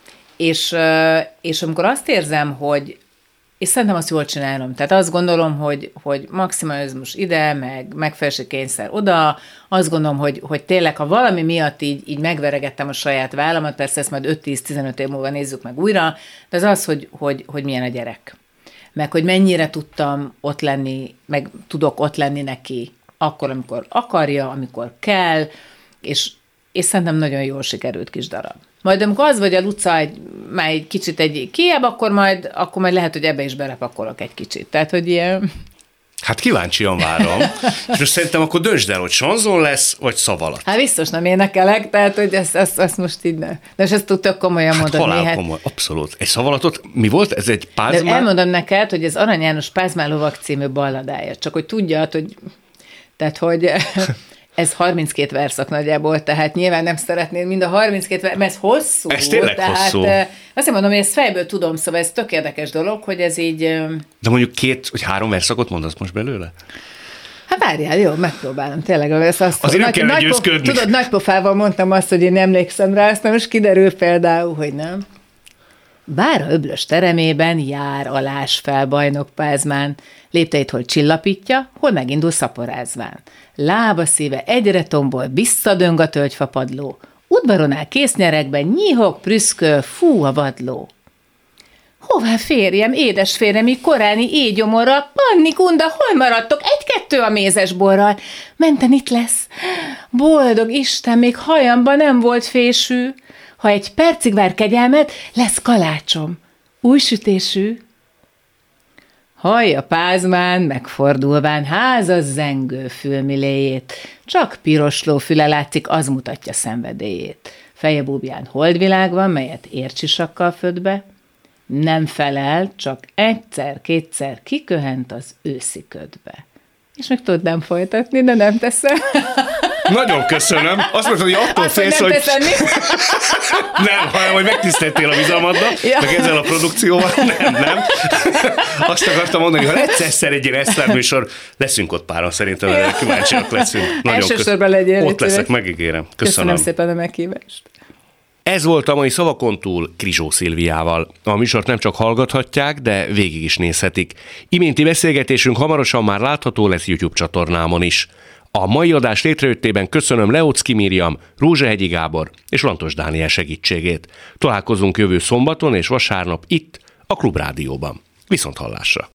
És amikor azt érzem, hogy és szerintem azt jól csinálom. Tehát azt gondolom, hogy maximalizmus ide, meg megfeleségkényszer oda, azt gondolom, hogy tényleg, ha valami miatt így megveregettem a saját vállamat, persze ezt majd 5-10-15 év múlva nézzük meg újra, de az hogy milyen a gyerek. Meg hogy mennyire tudtam ott lenni, meg tudok ott lenni neki akkor, amikor akarja, amikor kell, és szerintem nagyon jól sikerült kis darab. Majd amikor az vagy a Luca már egy kicsit kiebb, akkor majd lehet, hogy ebbe is belepakolok egy kicsit. Tehát, hogy ilyen... Hát kíváncsian várom. És most szerintem akkor döntsd el, hogy sanzon lesz, vagy szavalat. Hát biztos nem énekelek, tehát, hogy ezt most így nem. De most ezt tudtok komolyan mondani. Halál komoly, abszolút. Egy szavalatot, mi volt? Ez egy Pázmál? De elmondom neked, hogy ez Arany János Pázmál lovag című balladája. Csak hogy tudjad, hogy ez 32 verszak nagyjából, tehát nyilván nem szeretnéd mind a 32 verszak, mert ez hosszú. Ez tényleg hosszú. Azt mondom, hogy ezt fejből tudom, szóval ez tök érdekes dolog, hogy ez így... De mondjuk 2 vagy 3 verszakot mondasz most belőle? Hát várjál, jó, megpróbálom, tényleg. Azért nem kell győzködni. Tudod, nagypofával mondtam azt, hogy én emlékszem rá, aztán most kiderül például, hogy nem. Bár a öblös teremében jár alás felbajnok Pázmán, lépteit hol csillapítja, hol megindul szaporázván. Lába szíve egyre tombol, visszadöng a tölgyfapadló, udvaron áll késznyerekben, nyíhog, prüszköl, fú a vadló. Hová férjem, édes férjem, így koráni éjgyomorral, Panni Kunda, hol maradtok, 1-2 a mézesborral? Menten itt lesz. Boldog Isten, még hajamban nem volt fésű. Ha egy percig vár kegyelmet, lesz kalácsom. Új sütésű. Hallja Pázmán, megfordulván házas zengő fülmiléjét. Csak pirosló füle látszik, az mutatja szenvedélyét. Feje búbján holdvilág van, melyet ércsisakkal föd be. Nem felel, csak egyszer-kétszer kiköhent az őszi ködbe. És meg tudnám folytatni, de nem teszem. Nagyon köszönöm. Azt mondtad, hogy attól félsz, hogy... Nem, hanem, hogy megtiszteltél a bizalmaddal, meg ezzel a produkcióval. Nem. Azt akartam mondani, hogy ha egyszer egy ilyen eszterműsor, leszünk ott páran, szerintem kíváncsiak leszünk. Elsősorban legyél. Ott leszek, megígérem. Köszönöm szépen a meghívást. Ez volt a mai Szavakon túl Krizsó Szilviával. A műsort nem csak hallgathatják, de végig is nézhetik. Iménti beszélgetésünk hamarosan már látható lesz YouTube csatornámon is. A mai adás létrejöttében köszönöm Leocki Miriam, Rózsahegyi Gábor és Lantos Dániel segítségét. Találkozunk jövő szombaton és vasárnap itt, a Klubrádióban. Viszonthallásra!